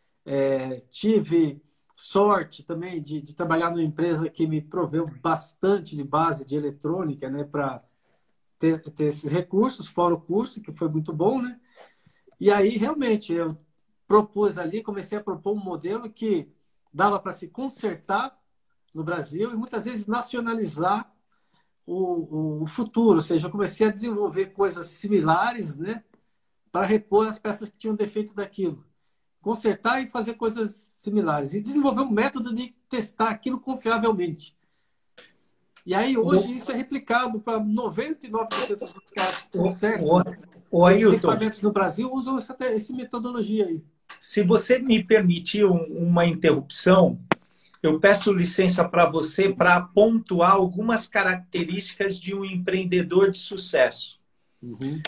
É, tive sorte também de, de trabalhar numa empresa que me proveu bastante de base de eletrônica, né, para ter, ter esses recursos, fora o curso, que foi muito bom, né? E aí, realmente, eu propus ali, comecei a propor um modelo que dava para se consertar no Brasil e muitas vezes nacionalizar o, o futuro. Ou seja, eu comecei a desenvolver coisas similares, né, para repor as peças que tinham defeito daquilo. Consertar e fazer coisas similares. E desenvolver um método de testar aquilo confiavelmente. E aí, hoje, isso é replicado para noventa e nove por cento dos caras que consertam. Os equipamentos no Brasil usam essa, essa metodologia aí. Se você me permitir um, uma interrupção, eu peço licença para você para pontuar algumas características de um empreendedor de sucesso. Uhum.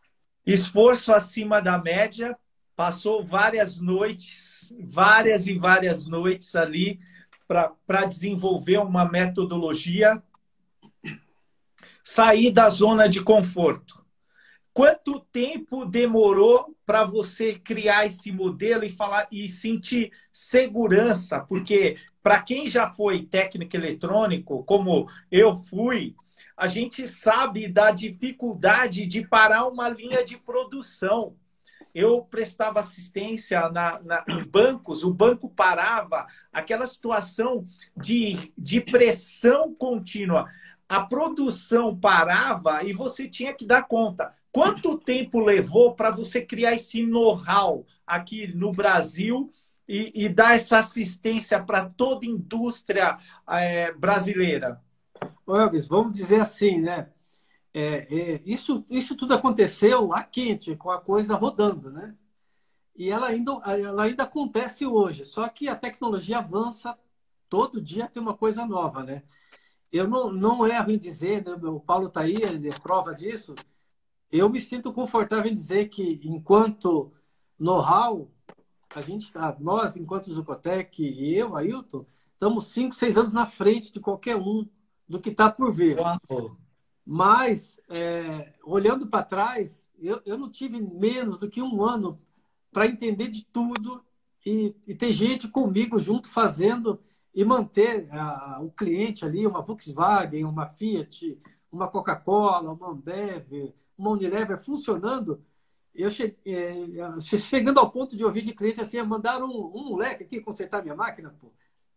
Esforço acima da média, passou várias noites, várias e várias noites ali para desenvolver uma metodologia. Sair da zona de conforto. Quanto tempo demorou para você criar esse modelo e falar e sentir segurança? Porque para quem já foi técnico eletrônico, como eu fui, a gente sabe da dificuldade de parar uma linha de produção. Eu prestava assistência na, na, em bancos, o banco parava, aquela situação de, de pressão contínua. A produção parava e você tinha que dar conta. Quanto tempo levou para você criar esse know-how aqui no Brasil e, e dar essa assistência para toda a indústria é, brasileira? Ô Elvis, vamos dizer assim, né? É, é, isso, isso tudo aconteceu a quente, com a coisa rodando, né? E ela ainda, ela ainda acontece hoje, só que a tecnologia avança, todo dia tem uma coisa nova, né? Eu não, não erro em dizer, né? O Paulo está aí, ele é prova disso. Eu me sinto confortável em dizer que, enquanto know-how, a gente está, nós, enquanto Zucotec e eu, Ailton, estamos cinco, seis anos na frente de qualquer um do que está por vir. Uau. Mas, é, olhando para trás, eu, eu não tive menos do que um ano para entender de tudo e, e ter gente comigo junto fazendo e manter a, o cliente ali, uma Volkswagen, uma Fiat, uma Coca-Cola, uma Ambev, uma Unilever funcionando. Eu che, é, chegando ao ponto de ouvir de cliente assim, mandaram um, um moleque aqui consertar minha máquina, pô.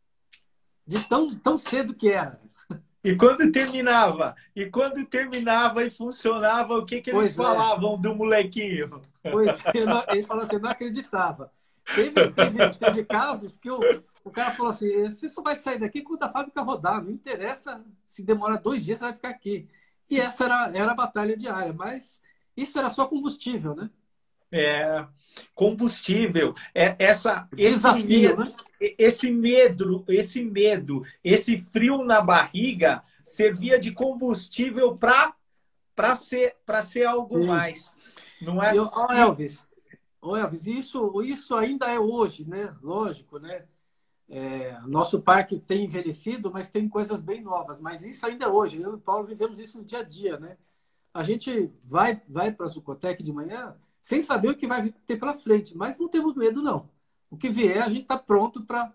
De tão, tão cedo que era. E quando terminava? E quando terminava e funcionava, o que, que eles Pois é. falavam do molequinho? Pois eu não, ele falou assim, eu não acreditava. Teve, teve, teve casos que eu, o cara falou assim, você só vai sair daqui quando a fábrica rodar, não interessa se demorar dois dias, você vai ficar aqui. E essa era, era a batalha diária, mas isso era só combustível, né? É, combustível, é, essa, esse Desafio, medo, né? esse medo, esse medo, esse frio na barriga servia de combustível para para ser para ser algo Sim. mais, não é? E, ó, Elvis, ó, Elvis, isso, isso ainda é hoje, né? Lógico, né? É, nosso parque tem envelhecido, mas tem coisas bem novas. Mas isso ainda é hoje. Eu e o Paulo vivemos isso no dia a dia, né? A gente vai, vai para a Zucotec de manhã sem saber o que vai ter pela frente, mas não temos medo, não. O que vier, a gente está pronto para...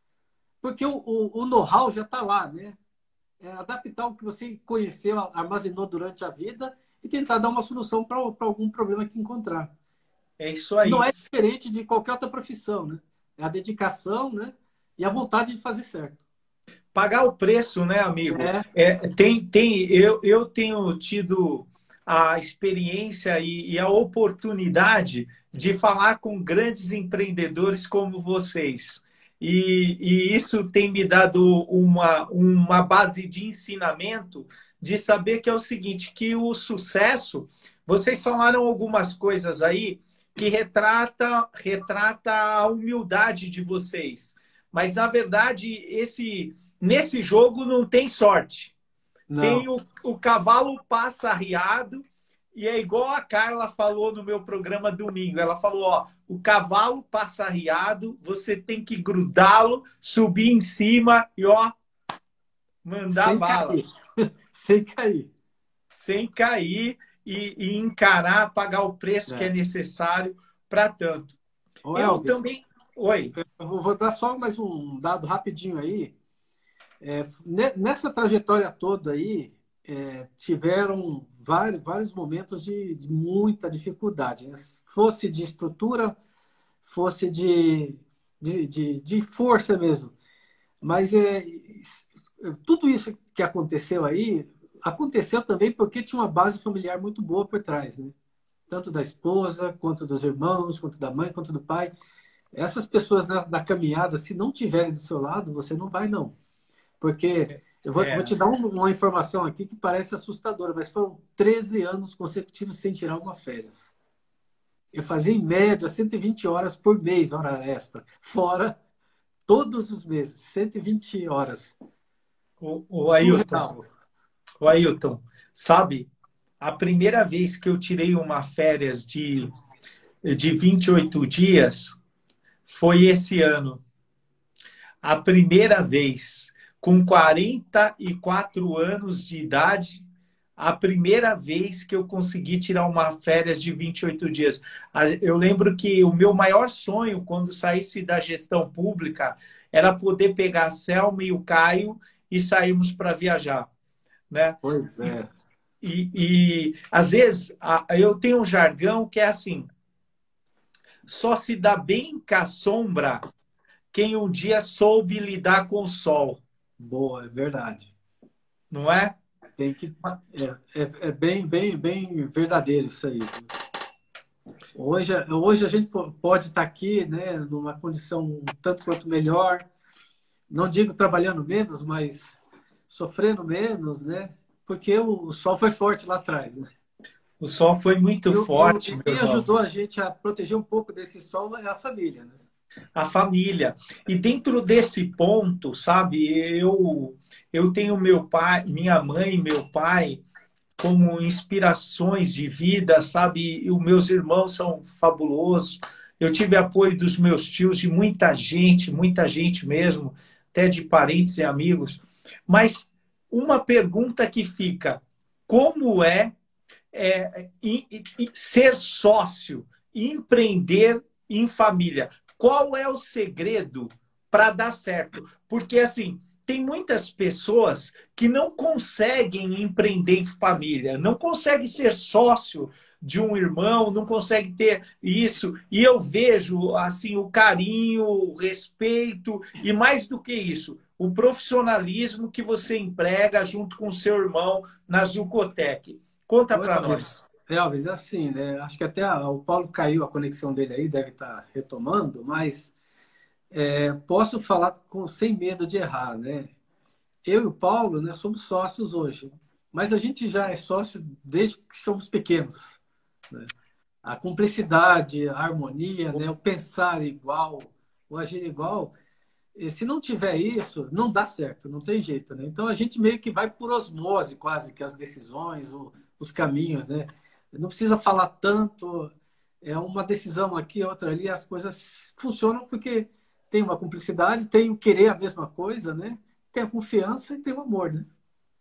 Porque o, o, o know-how já está lá, né? É adaptar o que você conheceu, armazenou durante a vida e tentar dar uma solução para algum problema que encontrar. É isso aí. Não é diferente de qualquer outra profissão, né? É a dedicação, né? E a vontade de fazer certo. Pagar o preço, né, amigo? É. É, tem, tem, eu, eu tenho tido a experiência e, e a oportunidade de falar com grandes empreendedores como vocês. E, e isso tem me dado uma, uma base de ensinamento de saber que é o seguinte, que o sucesso, vocês falaram algumas coisas aí que retrata, retrata a humildade de vocês. Mas, na verdade, esse, nesse jogo não tem sorte. Não. Tem o, o cavalo passa arriado e é igual a Carla falou no meu programa domingo. Ela falou, ó, o cavalo passa arriado, você tem que grudá-lo, subir em cima e, ó, mandar sem bala. Cair. Sem cair. Sem cair e, e encarar, pagar o preço é. que é necessário para tanto. Ô, Eu Elvis, também... Oi. Eu vou, vou dar só mais um dado rapidinho aí. É, nessa trajetória toda aí, é, tiveram vários, vários momentos de, de muita dificuldade. Né? Fosse de estrutura, fosse de, de, de, de força mesmo. Mas é, tudo isso que aconteceu aí, aconteceu também porque tinha uma base familiar muito boa por trás. Né? Tanto da esposa, quanto dos irmãos, quanto da mãe, quanto do pai. Essas pessoas na, na caminhada, se não tiverem do seu lado, você não vai, não. Porque eu vou, é. vou te dar um, uma informação aqui que parece assustadora, mas foram treze anos consecutivos sem tirar uma férias. Eu fazia, em média, cento e vinte horas por mês, hora extra. Fora todos os meses, cento e vinte horas. O, o, Ailton, o Ailton, sabe, a primeira vez que eu tirei uma férias de, de vinte e oito dias foi esse ano. A primeira vez, com quarenta e quatro anos de idade, a primeira vez que eu consegui tirar uma férias de vinte e oito dias. Eu lembro que o meu maior sonho, quando saísse da gestão pública, era poder pegar a Selma e o Caio e sairmos para viajar. Né? Pois é. E, e, às vezes, eu tenho um jargão que é assim, só se dá bem com a sombra quem um dia soube lidar com o sol. Boa, é verdade. Não é? Tem que, é, é, é bem, bem, bem verdadeiro isso aí. Hoje, hoje a gente pode estar aqui, né, numa condição tanto quanto melhor. Não digo trabalhando menos, mas sofrendo menos, né? Porque o, o sol foi forte lá atrás, né? O sol foi muito e, forte. O que ajudou a gente a proteger um pouco desse sol é a família, né? A família. E dentro desse ponto, sabe, eu, eu tenho meu pai, minha mãe e meu pai como inspirações de vida, sabe? E os meus irmãos são fabulosos. eu tive apoio dos meus tios, de muita gente, muita gente mesmo, até de parentes e amigos. Mas uma pergunta que fica, como é, é e, e, ser sócio, empreender em família? Qual é o segredo para dar certo? Porque, assim, tem muitas pessoas que não conseguem empreender em família, não conseguem ser sócio de um irmão, não conseguem ter isso. E eu vejo assim o carinho, o respeito e, mais do que isso, o profissionalismo que você emprega junto com o seu irmão na Zucotec. Conta para nós. Elvis, é assim, né? Acho que até a, o Paulo caiu, a conexão dele aí deve estar retomando, mas é, posso falar com, sem medo de errar, né? Eu e o Paulo, né, somos sócios hoje, mas a gente já é sócio desde que somos pequenos, né? A cumplicidade, a harmonia, né, o pensar igual, o agir igual, se não tiver isso, não dá certo, não tem jeito, né? Então a gente meio que vai por osmose quase que as decisões, o, os caminhos, né? Não precisa falar tanto, é uma decisão aqui, outra ali, as coisas funcionam porque tem uma cumplicidade, tem o querer a mesma coisa, né? Tem a confiança e tem o amor, né?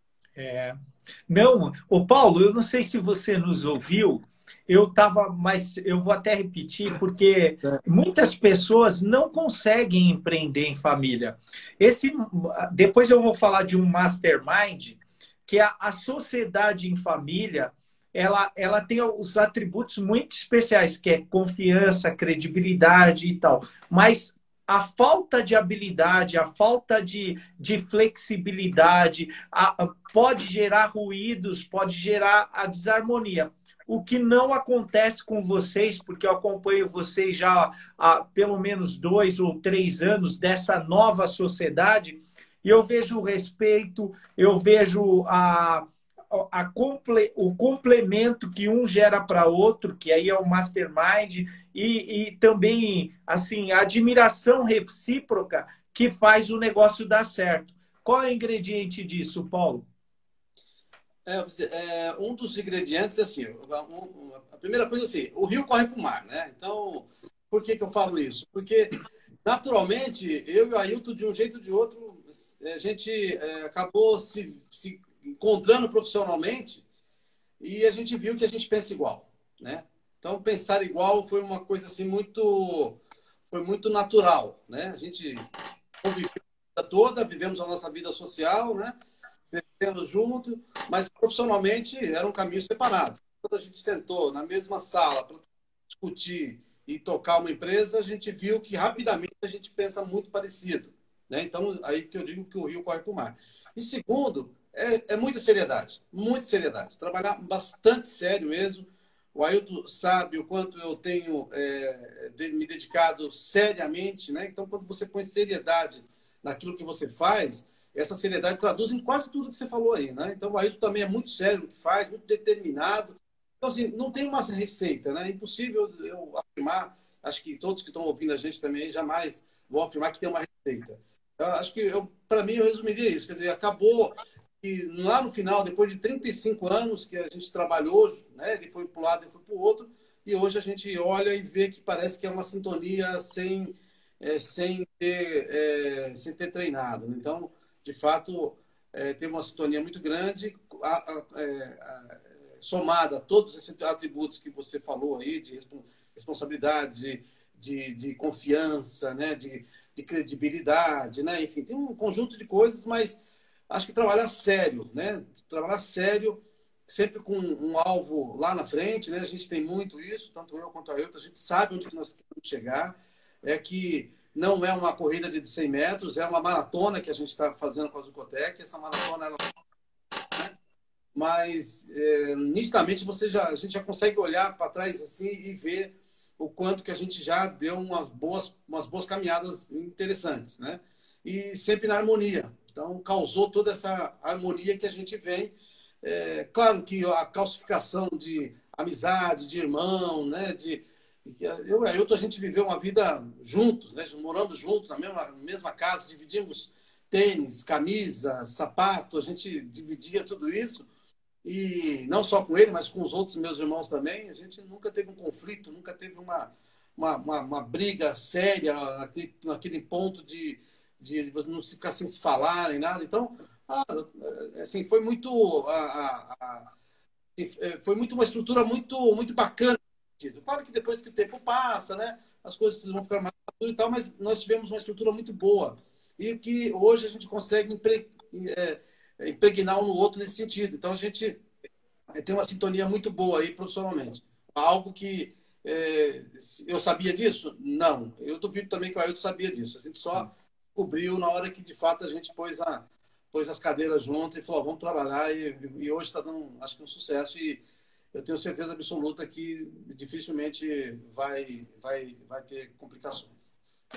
É. Não, o Paulo, eu não sei se você nos ouviu, eu estava, mas eu vou até repetir, porque muitas pessoas não conseguem empreender em família. Esse, depois eu vou falar de um mastermind, que a, a sociedade em família, ela, ela tem os atributos muito especiais, que é confiança, credibilidade e tal. Mas a falta de habilidade, a falta de, de flexibilidade a, a, pode gerar ruídos, pode gerar a desarmonia. O que não acontece com vocês, porque eu acompanho vocês já há pelo menos dois ou três anos dessa nova sociedade, e eu vejo o respeito, eu vejo a, a comple, o complemento que um gera para outro, que aí é o mastermind, e, e também assim, a admiração recíproca que faz o negócio dar certo. Qual é o ingrediente disso, Paulo? É, é, um dos ingredientes, assim, um, a primeira coisa assim, o rio corre para o mar, né? Então, por que que eu falo isso? Porque, naturalmente, eu e o Ailton, de um jeito ou de outro, a gente é, acabou se, se encontrando profissionalmente e a gente viu que a gente pensa igual, né? Então, pensar igual foi uma coisa, assim, muito, foi muito natural, né? A gente conviveu a vida toda, vivemos a nossa vida social, né? Crescemos juntos, mas profissionalmente era um caminho separado. Quando a gente sentou na mesma sala para discutir e tocar uma empresa, a gente viu que rapidamente a gente pensa muito parecido, né? Então, aí que eu digo que o rio corre para o mar. E segundo, é, é muita seriedade, muita seriedade. Trabalhar bastante sério mesmo. O Ailton sabe o quanto eu tenho é, de, me dedicado seriamente, né? Então, quando você põe seriedade naquilo que você faz, essa seriedade traduz em quase tudo que você falou aí, né? Então, o Ailton também é muito sério no que faz, muito determinado. Então, assim, não tem uma receita, né? É impossível eu afirmar, acho que todos que estão ouvindo a gente também jamais vão afirmar que tem uma receita. Eu acho que, para mim, eu resumiria isso. Quer dizer, acabou e lá no final, depois de trinta e cinco anos que a gente trabalhou, né? Ele foi para um lado, ele foi para o outro, e hoje a gente olha e vê que parece que é uma sintonia sem, é, sem, ter, é, sem ter treinado. Então, de fato, é, teve uma sintonia muito grande, a, a, a, somada a todos esses atributos que você falou aí, de responsabilidade, de, de confiança, né, de, de credibilidade, né? Enfim, tem um conjunto de coisas, mas acho que trabalhar sério, né? Trabalhar sério, sempre com um alvo lá na frente, né? A gente tem muito isso, tanto eu quanto a Ailton, a gente sabe onde que nós queremos chegar, é que não é uma corrida de cem metros, é uma maratona que a gente está fazendo com a Zucotec. Essa maratona, ela... né? Mas, é, nitidamente, você já, a gente já consegue olhar para trás assim e ver o quanto que a gente já deu umas boas, umas boas caminhadas interessantes, né? E sempre na harmonia. Então, causou toda essa harmonia que a gente vem. É, claro que a calcificação de amizade, de irmão, né? De Eu e a Ailton, a gente viveu uma vida juntos, né? Morando juntos na mesma, mesma casa, dividimos tênis, camisa, sapato, a gente dividia tudo isso. E não só com ele, mas com os outros meus irmãos também. A gente nunca teve um conflito, nunca teve uma, uma, uma, uma briga séria naquele, naquele ponto de, de você não ficar sem se falar nem nada. Então, ah, assim, foi muito, a, a, a, foi muito uma estrutura muito, muito bacana. Claro que depois que o tempo passa, né, as coisas vão ficar mais maduras e tal, mas nós tivemos uma estrutura muito boa. E que hoje a gente consegue impre, é, impregnar um no outro nesse sentido. Então, a gente tem uma sintonia muito boa aí profissionalmente. Algo que é, eu sabia disso? Não. Eu duvido também que o Ailton sabia disso. A gente só cobriu na hora que, de fato, a gente pôs, a, pôs as cadeiras juntas e falou, vamos trabalhar. E, e hoje está dando, acho que, um sucesso. E eu tenho certeza absoluta que dificilmente vai, vai, vai ter complicações.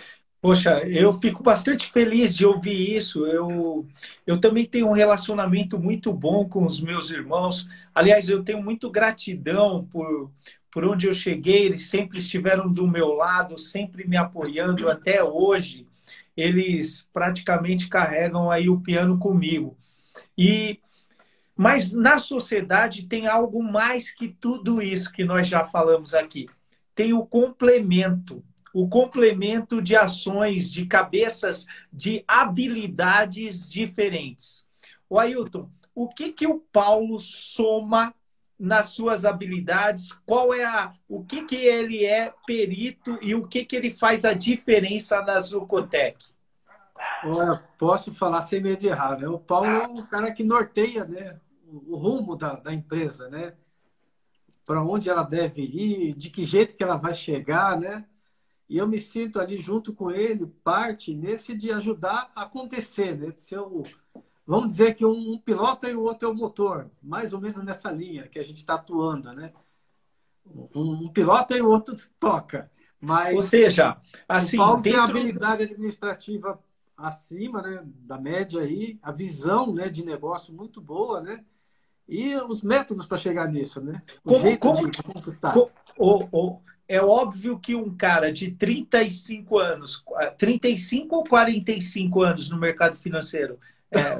Poxa, eu fico bastante feliz de ouvir isso. Eu, eu também tenho um relacionamento muito bom com os meus irmãos. Aliás, eu tenho muito gratidão por, por onde eu cheguei. Eles sempre estiveram do meu lado, sempre me apoiando até hoje. Eles praticamente carregam aí o piano comigo. E, mas na sociedade tem algo mais que tudo isso que nós já falamos aqui. Tem o complemento. O complemento de ações, de cabeças, de habilidades diferentes. O Ailton, o que, que o Paulo soma nas suas habilidades? Qual é a, o que, que ele é perito e o que, que ele faz a diferença na Zucotec? Olha, posso falar sem medo de errar, né? O Paulo é um cara que norteia, né, o rumo da, da empresa, né? Para onde ela deve ir, de que jeito que ela vai chegar, né? E eu me sinto ali junto com ele, parte nesse de ajudar a acontecer, né? De ser o, vamos dizer que um, um pilota e o outro é o motor, mais ou menos nessa linha que a gente está atuando, né? Um, um pilota e o outro toca. Mas ou seja, assim, o Paulo dentro... tem a habilidade administrativa acima, né, da média aí, a visão, né, de negócio muito boa, né? E os métodos para chegar nisso, né? O como, jeito como, de conquistar. Como, ou, ou, é óbvio que um cara de trinta e cinco anos, trinta e cinco ou quarenta e cinco anos no mercado financeiro? É...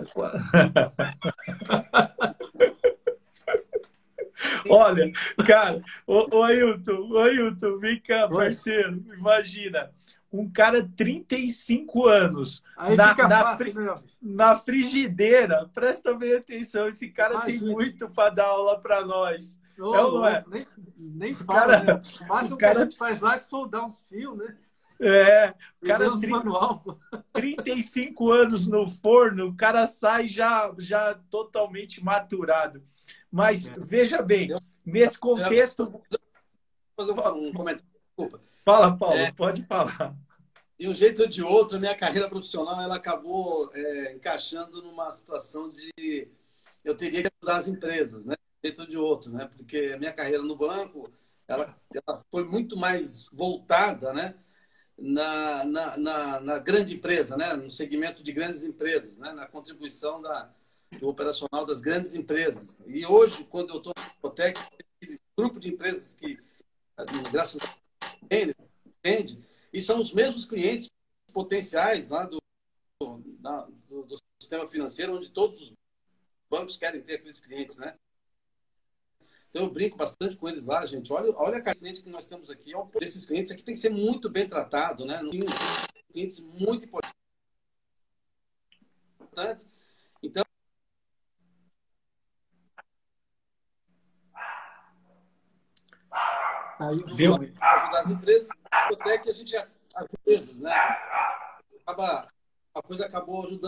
Olha, cara, ô, ô Ailton, ô Ailton, vem cá, parceiro, imagina. Um cara de trinta e cinco anos Aí na, fica na, fácil, fri, né? na frigideira, presta bem atenção, esse cara Imagina. tem muito para dar aula para nós. Oh, é ou não é? Nem, nem fala, cara, né? O máximo cara, que a gente faz lá é soldar uns fios, né? É, o cara trinta, manual. trinta e cinco anos no forno, o cara sai já, já totalmente maturado. Mas é. veja bem, eu, nesse contexto. Vou fazer um comentário, desculpa. Fala, Paulo, é, pode falar. De um jeito ou de outro, a minha carreira profissional ela acabou é, encaixando numa situação de eu teria que ajudar as empresas, né? De um jeito ou de outro, né? Porque a minha carreira no banco ela, ela foi muito mais voltada, né? Na, na, na, na grande empresa, né? No segmento de grandes empresas, né? Na contribuição da, do operacional das grandes empresas. E hoje, quando eu estou na Zucotec, um grupo de empresas que, graças a Deus, entende, e são os mesmos clientes potenciais lá do, do, do, do sistema financeiro, onde todos os bancos querem ter aqueles clientes, né? Então, eu brinco bastante com eles lá, gente. Olha, olha a cara de cliente que nós temos aqui. Esses clientes aqui tem que ser muito bem tratado, né? Clientes muito importantes. Então, aí Deu. Ajudar as empresas, até que a gente as empresas, né? Acaba, a coisa acabou ajudando.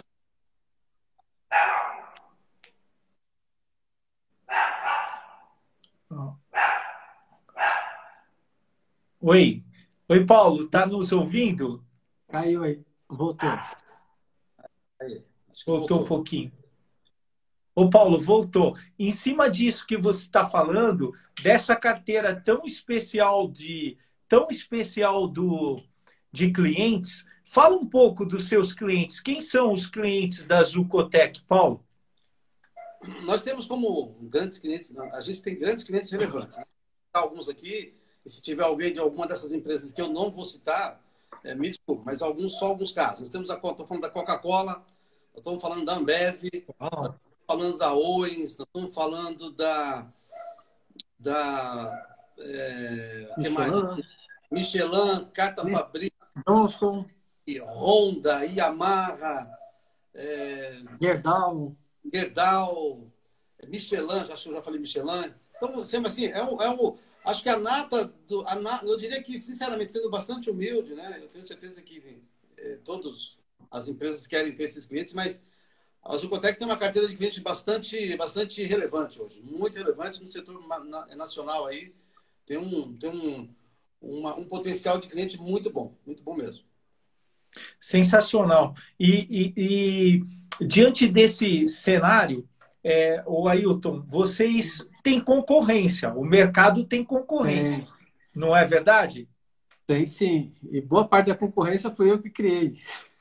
Oi. Oi, Paulo, tá nos ouvindo? Caiu aí. Voltou. Aí, voltou, voltou um pouquinho. Ô, Paulo, voltou. Em cima disso que você está falando, dessa carteira tão especial de tão especial do, de clientes, fala um pouco dos seus clientes. Quem são os clientes da Zucotec, Paulo? Nós temos como grandes clientes, a gente tem grandes clientes relevantes. Né? Alguns aqui, e se tiver alguém de alguma dessas empresas que eu não vou citar, é, me desculpe, mas alguns, só alguns casos. Nós temos a, estou falando da Coca-Cola, nós estamos falando da Ambev, nós estamos falando da Owens, nós estamos falando da... da é, que mais? Michelin, Carta Fabric, Johnson, Honda, Yamaha, é, Gerdau, Gerdau, Michelin, acho que eu já falei Michelin. Então, sempre assim, é um, é um, acho que a nata, do, a nata, eu diria que, sinceramente, sendo bastante humilde, né? Eu tenho certeza que é, todas as empresas querem ter esses clientes, mas a Zucotec tem uma carteira de clientes bastante, bastante relevante hoje, muito relevante no setor nacional aí. Tem um, tem um, uma, um potencial de cliente muito bom, muito bom mesmo. Sensacional. E, e, e diante desse cenário, é, o Ailton, vocês têm concorrência, o mercado tem concorrência, tem, não é verdade? tem sim. E boa parte da concorrência foi eu que criei.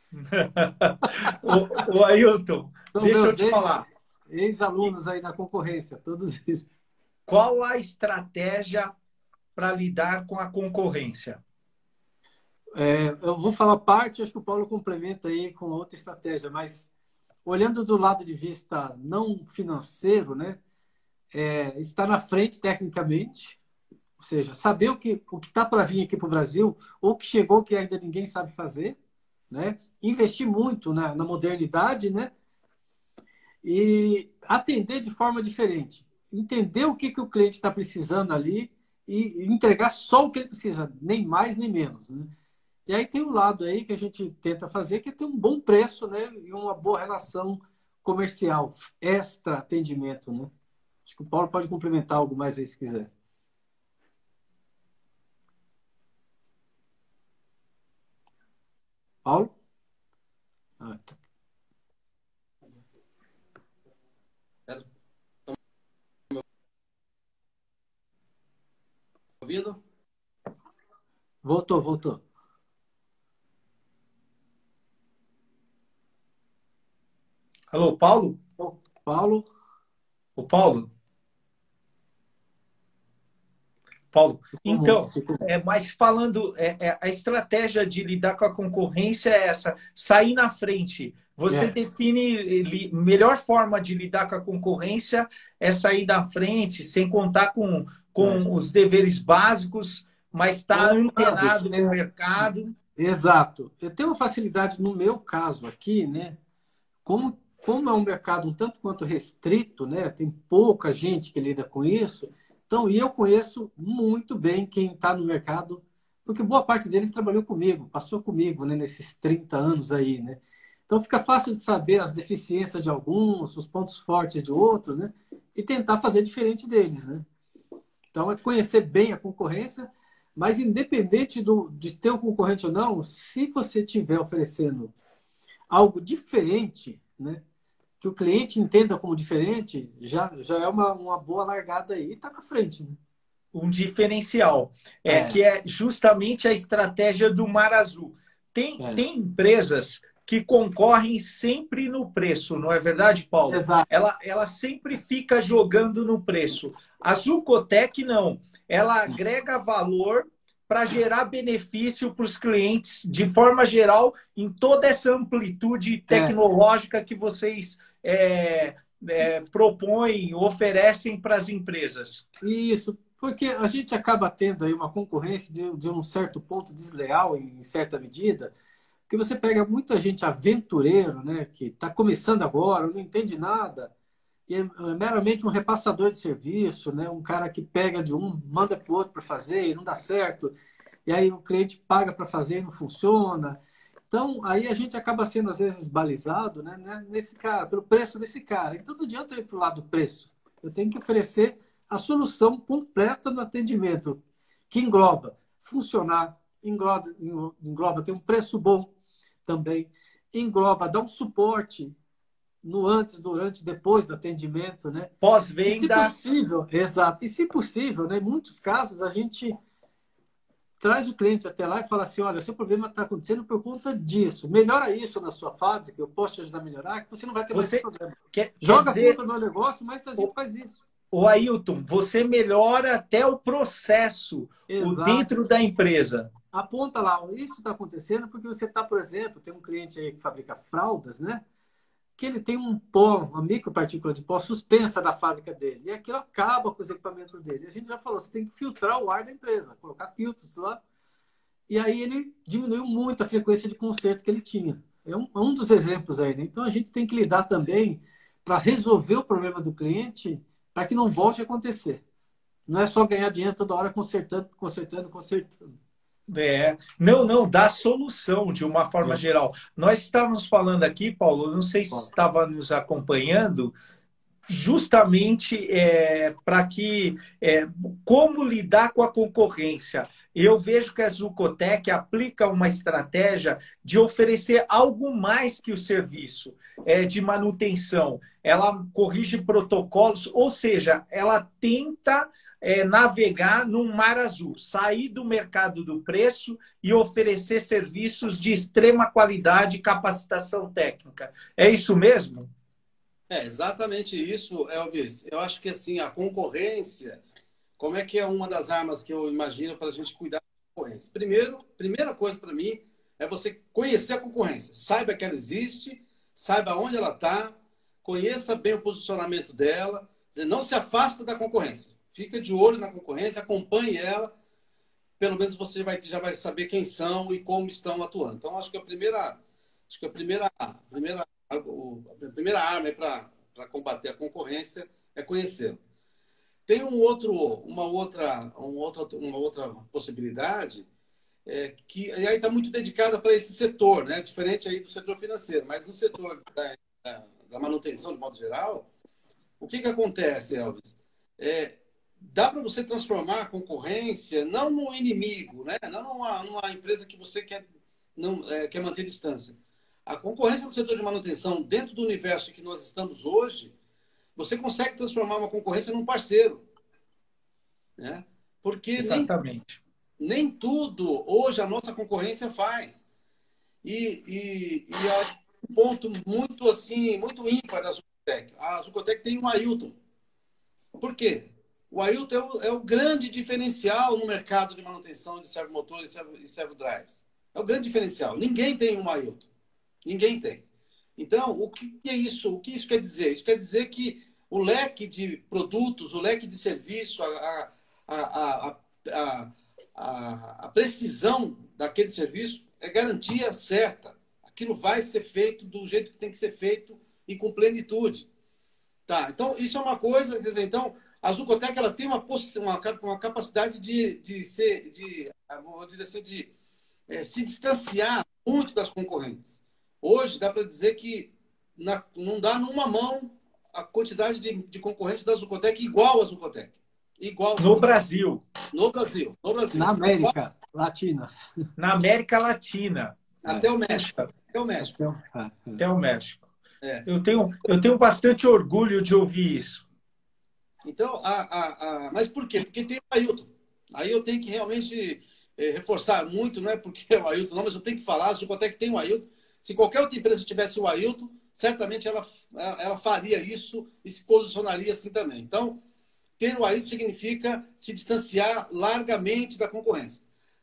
o, o Ailton, São deixa eu meus te ex, falar. ex-alunos aí na concorrência, todos eles. Qual a estratégia para lidar com a concorrência? É, eu vou falar parte, acho que o Paulo complementa aí com outra estratégia, mas olhando do lado de vista não financeiro, né, é, estar na frente tecnicamente, ou seja, saber o que o que está para vir aqui para o Brasil, ou que chegou que ainda ninguém sabe fazer, né, investir muito na, na modernidade, né, e atender de forma diferente, entender o que, que o cliente está precisando ali e entregar só o que ele precisa, nem mais nem menos, né? E aí tem um lado aí que a gente tenta fazer, que é ter um bom preço, né? E uma boa relação comercial, extra atendimento, né? Acho que o Paulo pode complementar algo mais aí se quiser. Paulo? Ah, tá. Ouvindo? Voltou, voltou. Alô, Paulo? Ô, Paulo? O Paulo? Paulo, Ficou então, mudo, ficou... é, mas falando, é, é, a estratégia de lidar com a concorrência é essa, sair na frente. Você É. define li, melhor forma de lidar com a concorrência é sair da frente, sem contar com, com É. os deveres básicos, mas estar tá antenado é. no mercado. Exato. Eu tenho uma facilidade no meu caso aqui, né? Como, como é um mercado um tanto quanto restrito, né? Tem pouca gente que lida com isso. Então, e eu conheço muito bem quem está no mercado, porque boa parte deles trabalhou comigo, passou comigo, né, nesses trinta anos aí, né? Então, fica fácil de saber as deficiências de alguns, os pontos fortes de outros, né? E tentar fazer diferente deles, né? Então, é conhecer bem a concorrência, mas independente do, de ter um concorrente ou não, se você estiver oferecendo algo diferente, né? Que o cliente entenda como diferente, já, já é uma, uma boa largada aí e está na frente. Né? Um diferencial, é, É. que é justamente a estratégia do Mar Azul. Tem, É. tem empresas que concorrem sempre no preço, não é verdade, Paulo? Exato. Ela, ela sempre fica jogando no preço. A Zucotec não. Ela agrega valor para gerar benefício para os clientes, de forma geral, em toda essa amplitude tecnológica que vocês é, é, propõem, oferecem para as empresas. Isso, porque a gente acaba tendo aí uma concorrência de, de um certo ponto desleal, em certa medida, porque você pega muita gente aventureiro, né, que está começando agora, não entende nada, e é meramente um repassador de serviço, né, um cara que pega de um, manda para o outro para fazer e não dá certo, e aí o cliente paga para fazer e não funciona. Então, aí a gente acaba sendo, às vezes, balizado, né, nesse cara, pelo preço desse cara. Então, não adianta eu ir para o lado do preço. Eu tenho que oferecer a solução completa no atendimento, que engloba funcionar, engloba, engloba ter um preço bom também, engloba dar um suporte no antes, durante, depois do atendimento, né? Pós-venda. E, se possível, exato. E, se possível, né, em muitos casos, a gente traz o cliente até lá e fala assim, olha, seu problema está acontecendo por conta disso. Melhora isso na sua fábrica, eu posso te ajudar a melhorar, que você não vai ter mais você esse problema. Quer, Joga quer dizer, contra o meu negócio, mas a gente o, faz isso. O Ailton, você melhora até o processo o dentro da empresa. Aponta lá, isso está acontecendo porque você está, por exemplo, tem um cliente aí que fabrica fraldas, né? Que ele tem um pó, uma micropartícula de pó suspensa na fábrica dele. E aquilo acaba com os equipamentos dele. A gente já falou, você tem que filtrar o ar da empresa, colocar filtros lá. e aí ele diminuiu muito a frequência de conserto que ele tinha. É um, é um dos exemplos aí, né? Então a gente tem que lidar também para resolver o problema do cliente para que não volte a acontecer. Não é só ganhar dinheiro toda hora consertando, consertando, consertando. É, não, não, dá solução de uma forma É. geral. Nós estávamos falando aqui, Paulo, não sei se estava nos acompanhando, justamente é, para que é, como lidar com a concorrência. Eu vejo que a Zucotec aplica uma estratégia de oferecer algo mais que o serviço é, de manutenção. Ela corrige protocolos, ou seja, ela tenta é, navegar num mar azul, sair do mercado do preço e oferecer serviços de extrema qualidade e capacitação técnica. É isso mesmo? É exatamente isso, Elvis. Eu acho que assim, a concorrência, como é que é uma das armas que eu imagino para a gente cuidar da concorrência? Primeiro, primeira coisa para mim é você conhecer a concorrência. Saiba que ela existe, saiba onde ela está, conheça bem o posicionamento dela, não se afasta da concorrência. Fica de olho na concorrência, acompanhe ela, pelo menos você vai, já vai saber quem são e como estão atuando. Então, acho que a primeira, acho que a primeira, a primeira, a primeira arma para combater a concorrência é conhecê-la. Tem um outro, uma, outra, um outro, uma outra possibilidade é, que aí está muito dedicada para esse setor, né? Diferente aí do setor financeiro, mas no setor da, da, da manutenção, de modo geral, o que, que acontece, Elvis? É, dá para você transformar a concorrência não no inimigo, né? Não numa, numa empresa que você quer, não, é, quer manter distância. A concorrência no setor de manutenção, dentro do universo que nós estamos hoje, você consegue transformar uma concorrência num parceiro. Né? Porque Exatamente. Nem, nem tudo hoje a nossa concorrência faz. E, e, e é um ponto muito, assim, muito ímpar da Zucotec. A Zucotec tem um Ailton. Por quê? O Ailton é o, é o grande diferencial no mercado de manutenção de servomotores e servodrives. É o grande diferencial. Ninguém tem um Ailton. Ninguém tem. Então, o que é isso? O que isso quer dizer? Isso quer dizer que o leque de produtos, o leque de serviço, a, a, a, a, a, a precisão daquele serviço é garantia certa. Aquilo vai ser feito do jeito que tem que ser feito e com plenitude. Tá, então, isso é uma coisa, quer dizer, então, a Zucotec ela tem uma, uma, uma capacidade de, de ser, de, vou dizer assim, de é, se distanciar muito das concorrentes. Hoje, dá para dizer que na, não dá numa mão a quantidade de, de concorrentes da Zucotec igual a Zucotec. Igual no Brasil. No Brasil. No Brasil. Na América Latina. Na América Latina. Até o México. Até o México. Até o México. É. Eu, tenho, eu tenho bastante orgulho de ouvir isso. Então, a, a, a... mas por quê? Porque tem o Ailton. Aí eu tenho que realmente é, reforçar muito, não é porque é o Ailton, não, mas eu tenho que falar, a Zucotec tem o Ailton. Se qualquer outra empresa tivesse o Ailton, certamente ela, ela faria isso e se posicionaria assim também. Então, ter o Ailton significa se distanciar largamente da concorrência.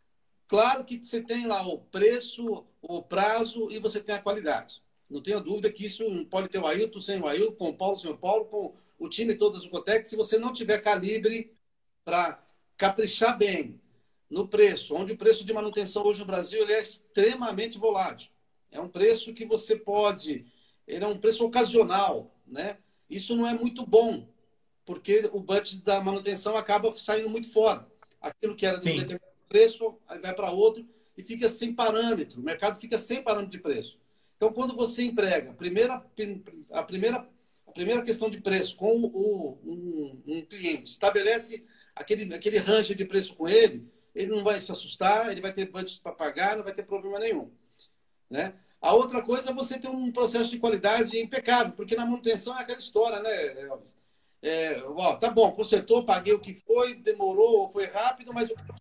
Claro que você tem lá o preço, o prazo e você tem a qualidade. Não tenho dúvida que isso pode ter o Ailton sem o Ailton, com o Paulo sem o Paulo, com o time todo da Zucotec, se você não tiver calibre para caprichar bem no preço, onde o preço de manutenção hoje no Brasil ele é extremamente volátil. É um preço que você pode... Ele é um preço ocasional, né? Isso não é muito bom, porque o budget da manutenção acaba saindo muito fora. Aquilo que era de um determinado preço, aí vai para outro e fica sem parâmetro. O mercado fica sem parâmetro de preço. Então, quando você emprega a primeira, a primeira, a primeira questão de preço com o, um, um cliente, estabelece aquele, aquele range de preço com ele, ele não vai se assustar, ele vai ter budget para pagar, não vai ter problema nenhum. Né? A outra coisa é você ter um processo de qualidade impecável, porque na manutenção é aquela história, né, Elvis? É, ó, tá bom, consertou, paguei o que foi, demorou, foi rápido, mas eu quero,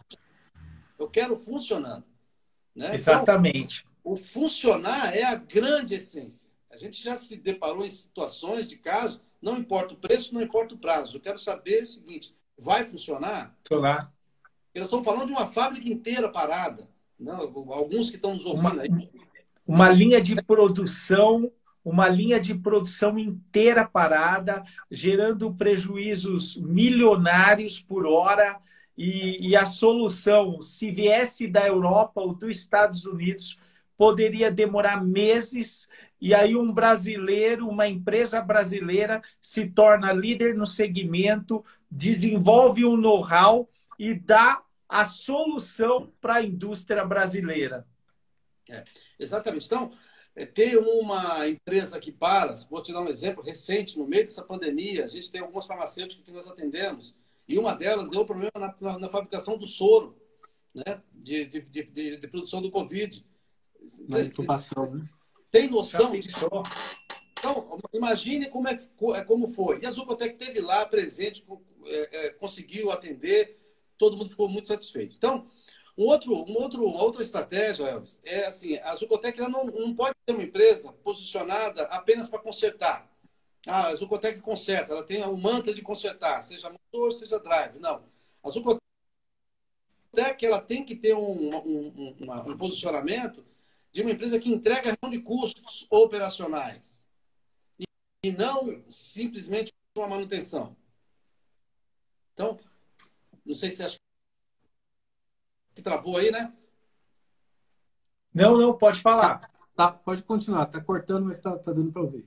eu quero funcionando. Né? Exatamente. Então, o funcionar é a grande essência. A gente já se deparou em situações de caso, não importa o preço, não importa o prazo. Eu quero saber o seguinte, vai funcionar? Funcionar. Nós estamos falando de uma fábrica inteira parada. Não, alguns que estão nos ouvindo uma, aí. Uma linha de produção, uma linha de produção inteira parada, gerando prejuízos milionários por hora. e, e a solução, se viesse da Europa ou dos Estados Unidos, poderia demorar meses, e aí um brasileiro, uma empresa brasileira se torna líder no segmento, desenvolve um know-how e dá a solução para a indústria brasileira. É, exatamente. Então, é, ter uma empresa que para, vou te dar um exemplo recente, no meio dessa pandemia, a gente tem algumas farmacêuticas que nós atendemos, e uma delas deu problema na, na, na fabricação do soro, né? de, de, de, de produção do Covid. Na intubação, né? Tem noção de... Então, imagine como, é, como foi. E a Zucotec esteve lá, presente, é, é, conseguiu atender, todo mundo ficou muito satisfeito. Então, um outro, um outro, uma outra estratégia, Elvis, é assim, a Zucotec ela não, não pode ser uma empresa posicionada apenas para consertar. Ah, a Zucotec conserta, ela tem o mantra de consertar, seja motor, seja drive. Não. A Zucotec ela tem que ter um, um, um, um posicionamento de uma empresa que entrega a redução de custos operacionais e não simplesmente uma manutenção. Então, não sei se você acha que travou aí, né? Não, não, pode falar. Tá, tá, pode continuar. Tá cortando, mas tá, tá dando para ouvir.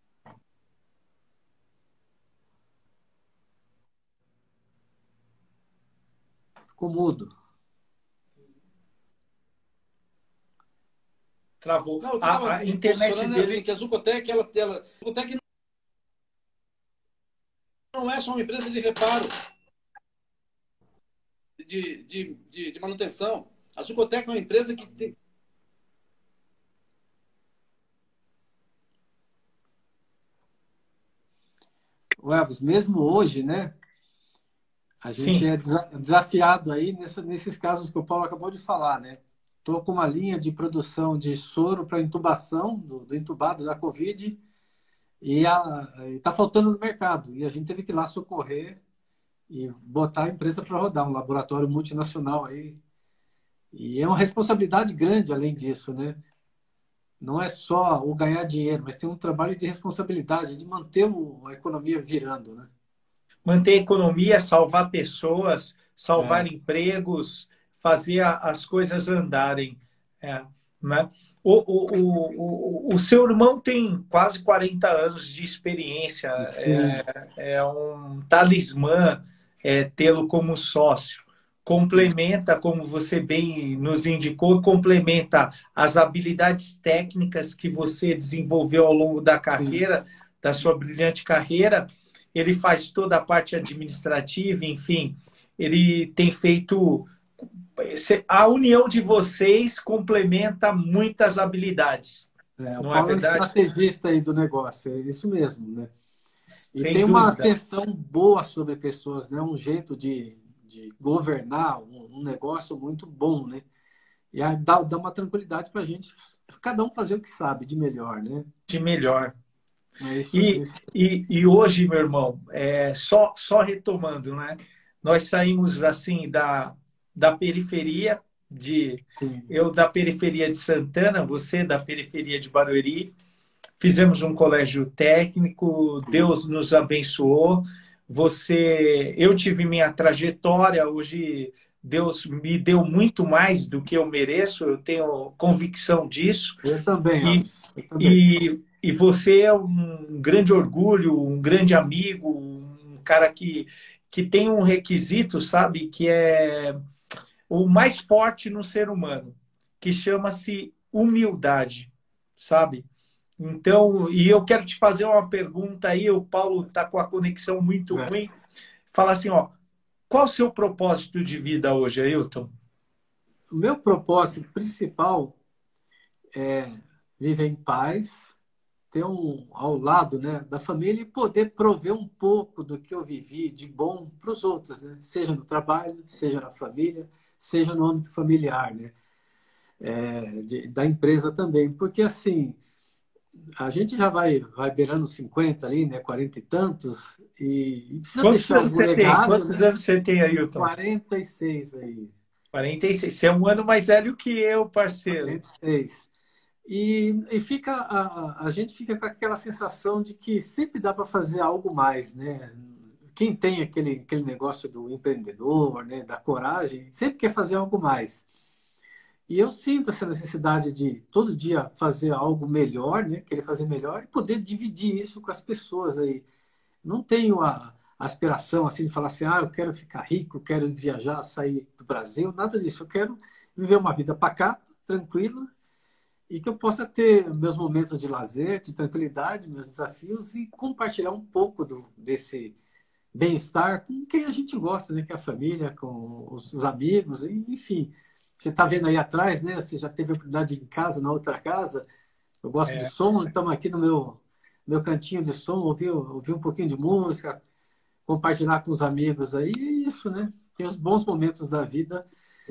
Ficou mudo. Travou. Não, a, a internet dele... é assim, que a Zucotec, ela, ela, a Zucotec não é só uma empresa de reparo, de, de, de, de manutenção. A Zucotec é uma empresa que tem... O Elvis, mesmo hoje, né? A gente Sim. é desafiado aí nessa, nesses casos que o Paulo acabou de falar, né? Estou com uma linha de produção de soro para intubação, do, do intubado da Covid, e está faltando no mercado. E a gente teve que ir lá socorrer e botar a empresa para rodar, um laboratório multinacional aí. E é uma responsabilidade grande, além disso, né? Não é só o ganhar dinheiro, mas tem um trabalho de responsabilidade, de manter o, a economia virando, né? Manter a economia, salvar pessoas, salvar É. empregos, fazer a, as coisas andarem. É, né? o, o, o, o, o seu irmão tem quase quarenta anos de experiência. É, é um talismã é, tê-lo como sócio. Complementa, como você bem nos indicou, complementa as habilidades técnicas que você desenvolveu ao longo da carreira, da sua brilhante carreira. Ele faz toda a parte administrativa, enfim, ele tem feito... A união de vocês complementa muitas habilidades. É, o não Paulo é verdade? É estrategista aí do negócio, é isso mesmo, né? E Sem tem uma dúvida. ascensão boa sobre pessoas, né? Um jeito de, de governar um, um negócio muito bom, né? E aí dá, dá uma tranquilidade para a gente, cada um fazer o que sabe de melhor, né? De melhor. É isso, E, isso. e, e hoje, meu irmão, é, só, só retomando, né? Nós saímos assim da, da periferia, de, Sim. eu da periferia de Santana, você da periferia de Barueri. Fizemos um colégio técnico, Deus nos abençoou. Você, eu tive minha trajetória, hoje Deus me deu muito mais do que eu mereço, eu tenho convicção disso. Eu também, E, eu também. e, e você é um grande orgulho, um grande amigo, um cara que, que tem um requisito, sabe, que é o mais forte no ser humano, que chama-se humildade, sabe? Então, e eu quero te fazer uma pergunta aí, o Paulo está com a conexão muito É. ruim. Fala assim, ó, qual o seu propósito de vida hoje, Ailton? O meu propósito principal é viver em paz, ter um ao lado, né, da família e poder prover um pouco do que eu vivi de bom para os outros, né? Seja no trabalho, seja na família, seja no âmbito familiar, né? É, de, da empresa também, porque assim a gente já vai, vai beirando cinquenta ali, né? quarenta e tantos, e, e precisa Quantos deixar anos algum você tem? legado, Quantos né? anos você tem, Ailton? quarenta e seis aí. quarenta e seis. Você é um ano mais velho que eu, parceiro. quarenta e seis. E, e fica, a, a gente fica com aquela sensação de que sempre dá para fazer algo mais, né? quem tem aquele, aquele negócio do empreendedor, né, da coragem, sempre quer fazer algo mais. E eu sinto essa necessidade de todo dia fazer algo melhor, né, querer fazer melhor e poder dividir isso com as pessoas aí. Não tenho a, a aspiração assim de falar assim, ah, eu quero ficar rico, quero viajar, sair do Brasil, nada disso. Eu quero viver uma vida pacata, tranquila, e que eu possa ter meus momentos de lazer, de tranquilidade, meus desafios e compartilhar um pouco do, desse bem-estar com quem a gente gosta, né? Que é a família, com os, os amigos, enfim. Você está vendo aí atrás, né? Você já teve a oportunidade de ir em casa, na outra casa. Eu gosto É. de som, estamos aqui no meu, meu cantinho de som, ouvir, ouvir um pouquinho de música, compartilhar com os amigos aí, é isso, né? Tem os bons momentos da vida.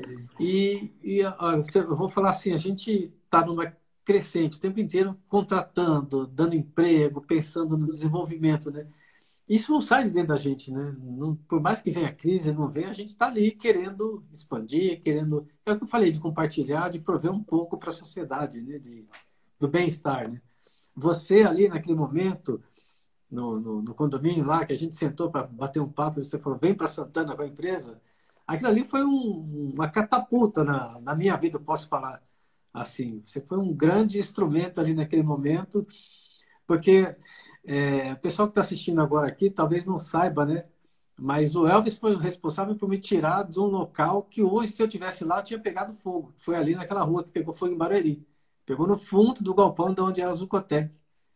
E, e ó, eu vou falar assim, a gente está numa crescente o tempo inteiro, contratando, dando emprego, pensando no desenvolvimento, né? Isso não sai de dentro da gente, né? Não, por mais que venha a crise, não venha, a gente está ali querendo expandir, querendo... É o que eu falei, de compartilhar, de prover um pouco para a sociedade, né? De, do bem-estar, né? Você ali naquele momento, no, no, no condomínio lá, que a gente sentou para bater um papo, e você falou, vem para Santana com a empresa, aquilo ali foi um, uma catapulta na, na minha vida, eu posso falar assim. Você foi um grande instrumento ali naquele momento, porque é, o pessoal que está assistindo agora aqui talvez não saiba, né? Mas o Elvis foi o responsável por me tirar de um local que hoje, se eu tivesse lá, eu tinha pegado fogo. Foi ali naquela rua que pegou fogo em Barueri. Pegou no fundo do galpão de onde era a Zucotec.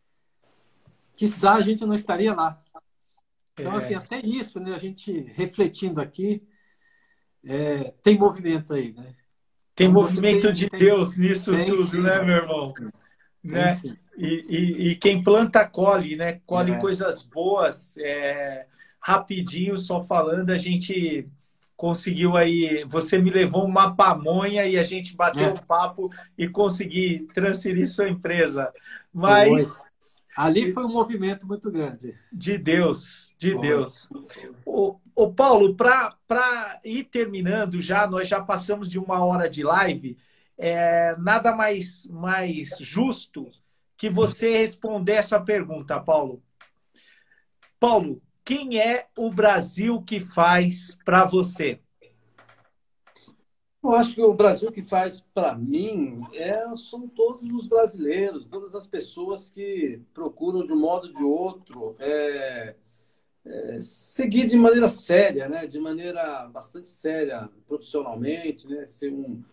Quiçá a gente não estaria lá. Então, É. assim, até isso, né? A gente refletindo aqui, é, tem movimento aí, né? Tem Então, movimento tem, de tem, Deus nisso tem, tudo, sim, né, meu irmão? tem, Né? sim. E, e, e quem planta, colhe, né? Colhe É. coisas boas. É, rapidinho, só falando, a gente conseguiu aí... Você me levou uma pamonha e a gente bateu É. um papo e consegui transferir sua empresa. Foi. Mas... Ali foi um movimento muito grande. De Deus, de Foi. Deus. Ô, ô Paulo, para ir terminando já, nós já passamos de uma hora de live, é, nada mais, mais justo que você responder essa pergunta, Paulo. Paulo, quem é o Brasil que faz para você? Eu acho que o Brasil que faz para mim é, são todos os brasileiros, todas as pessoas que procuram de um modo ou de outro é, é, seguir de maneira séria, né? De maneira bastante séria, profissionalmente, né? Ser um,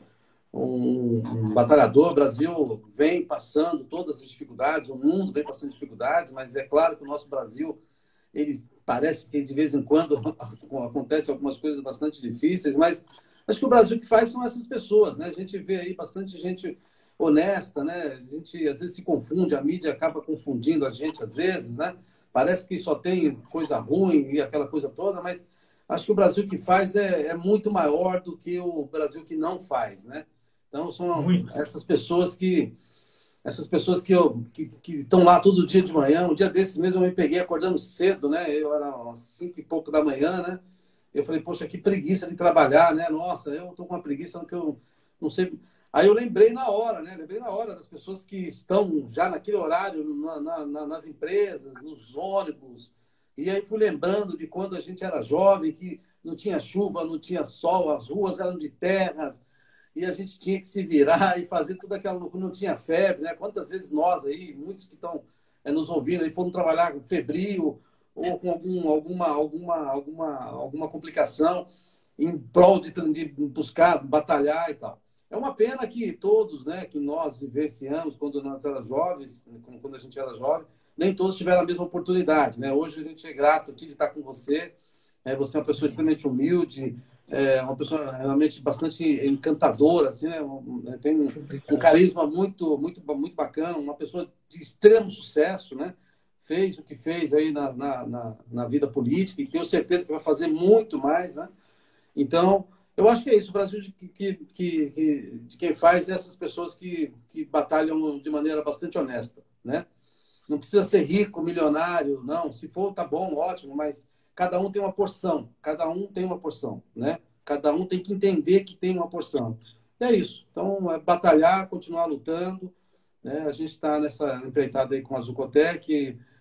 um, um batalhador. O Brasil vem passando todas as dificuldades, o mundo vem passando dificuldades, mas é claro que o nosso Brasil, ele parece que de vez em quando acontecem algumas coisas bastante difíceis, mas acho que o Brasil que faz são essas pessoas, né? A gente vê aí bastante gente honesta, né? A gente às vezes se confunde, a mídia acaba confundindo a gente às vezes, né? Parece que só tem coisa ruim e aquela coisa toda, mas acho que o Brasil que faz é, é muito maior do que o Brasil que não faz, né? Então são muito. essas pessoas que essas pessoas que eu que, que estão lá todo dia de manhã. Um dia desses mesmo eu me peguei acordando cedo, né? Eu era umas cinco e pouco da manhã, né? Eu falei, poxa, que preguiça de trabalhar, né? Nossa, eu tô com uma preguiça que eu não sei. Aí eu lembrei na hora, né? Lembrei na hora das pessoas que estão já naquele horário na, na, nas empresas, nos ônibus. E aí fui lembrando de quando a gente era jovem, que não tinha chuva, não tinha sol, as ruas eram de terras, e a gente tinha que se virar e fazer tudo aquela loucura, não tinha febre, né? Quantas vezes nós aí, muitos que estão é, nos ouvindo aí, foram trabalhar febril, ou com algum, alguma, alguma, alguma, alguma complicação em prol de, de buscar, batalhar e tal. É uma pena que todos, né, que nós vivenciamos quando nós éramos jovens, quando a gente era jovem, nem todos tiveram a mesma oportunidade, né? Hoje a gente é grato aqui de estar com você. É, você é uma pessoa extremamente humilde, é uma pessoa realmente bastante encantadora, assim, né? Tem um, um carisma muito, muito, muito bacana, uma pessoa de extremo sucesso, né? Fez o que fez aí na, na, na, na vida política e tenho certeza que vai fazer muito mais, né? Então, eu acho que é isso. O Brasil de, que, que, que, de quem faz é essas pessoas que, que batalham de maneira bastante honesta, né? Não precisa ser rico, milionário, não. Se for, tá bom, ótimo, mas cada um tem uma porção. Cada um tem uma porção, né? Cada um tem que entender que tem uma porção. E é isso. Então, é batalhar, continuar lutando, né? A gente está nessa empreitada aí com a Zucotec,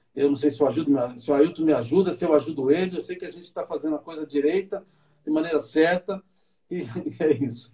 Eu não sei se o, ajudo, se o Ailton me ajuda, se eu ajudo ele. Eu sei que a gente está fazendo a coisa direita, de maneira certa, e, e é isso.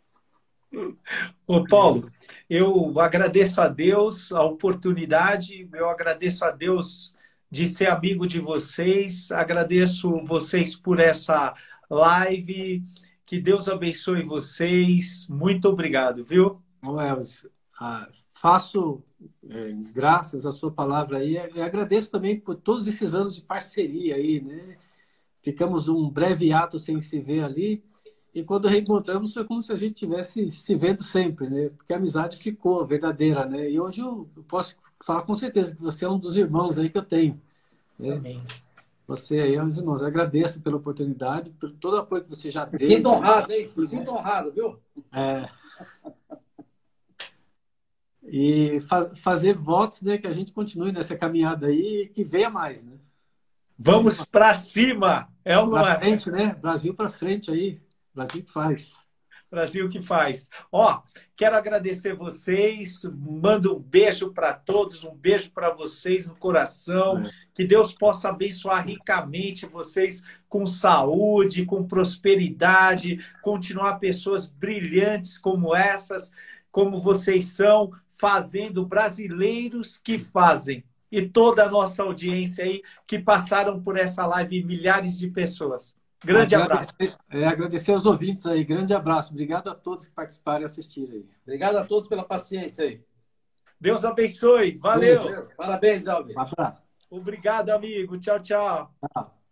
Ô, Paulo, eu agradeço a Deus a oportunidade, eu agradeço a Deus de ser amigo de vocês, agradeço vocês por essa live, que Deus abençoe vocês, muito obrigado, viu? Bom, Elvis, ah, faço é, graças à sua palavra aí e agradeço também por todos esses anos de parceria aí, né? Ficamos um breve ato sem se ver ali e quando reencontramos foi como se a gente tivesse se vendo sempre, né? Porque a amizade ficou verdadeira, né? E hoje eu posso falar com certeza que você é um dos irmãos aí que eu tenho, né? Amém. Você aí é um dos irmãos. Eu agradeço pela oportunidade, por todo o apoio que você já deu. Sinto honrado, hein? Sinto honrado, viu? É. E fa fazer votos, né, que a gente continue nessa caminhada aí e que venha mais, né? Vamos para cima! É ou não Para é? frente, né? Brasil para frente aí. Brasil que faz. Brasil que faz. Ó, quero agradecer vocês, mando um beijo para todos, um beijo para vocês no coração, é. Que Deus possa abençoar ricamente vocês com saúde, com prosperidade, continuar pessoas brilhantes como essas, como vocês são, fazendo brasileiros que fazem. E toda a nossa audiência aí que passaram por essa live, milhares de pessoas. Grande agradecer, abraço. É, agradecer aos ouvintes aí. Grande abraço. Obrigado a todos que participaram e assistiram aí. Obrigado a todos pela paciência aí. Deus abençoe. Valeu. Parabéns, Elvis. Um abraço. Obrigado, amigo. Tchau, tchau. Tchau.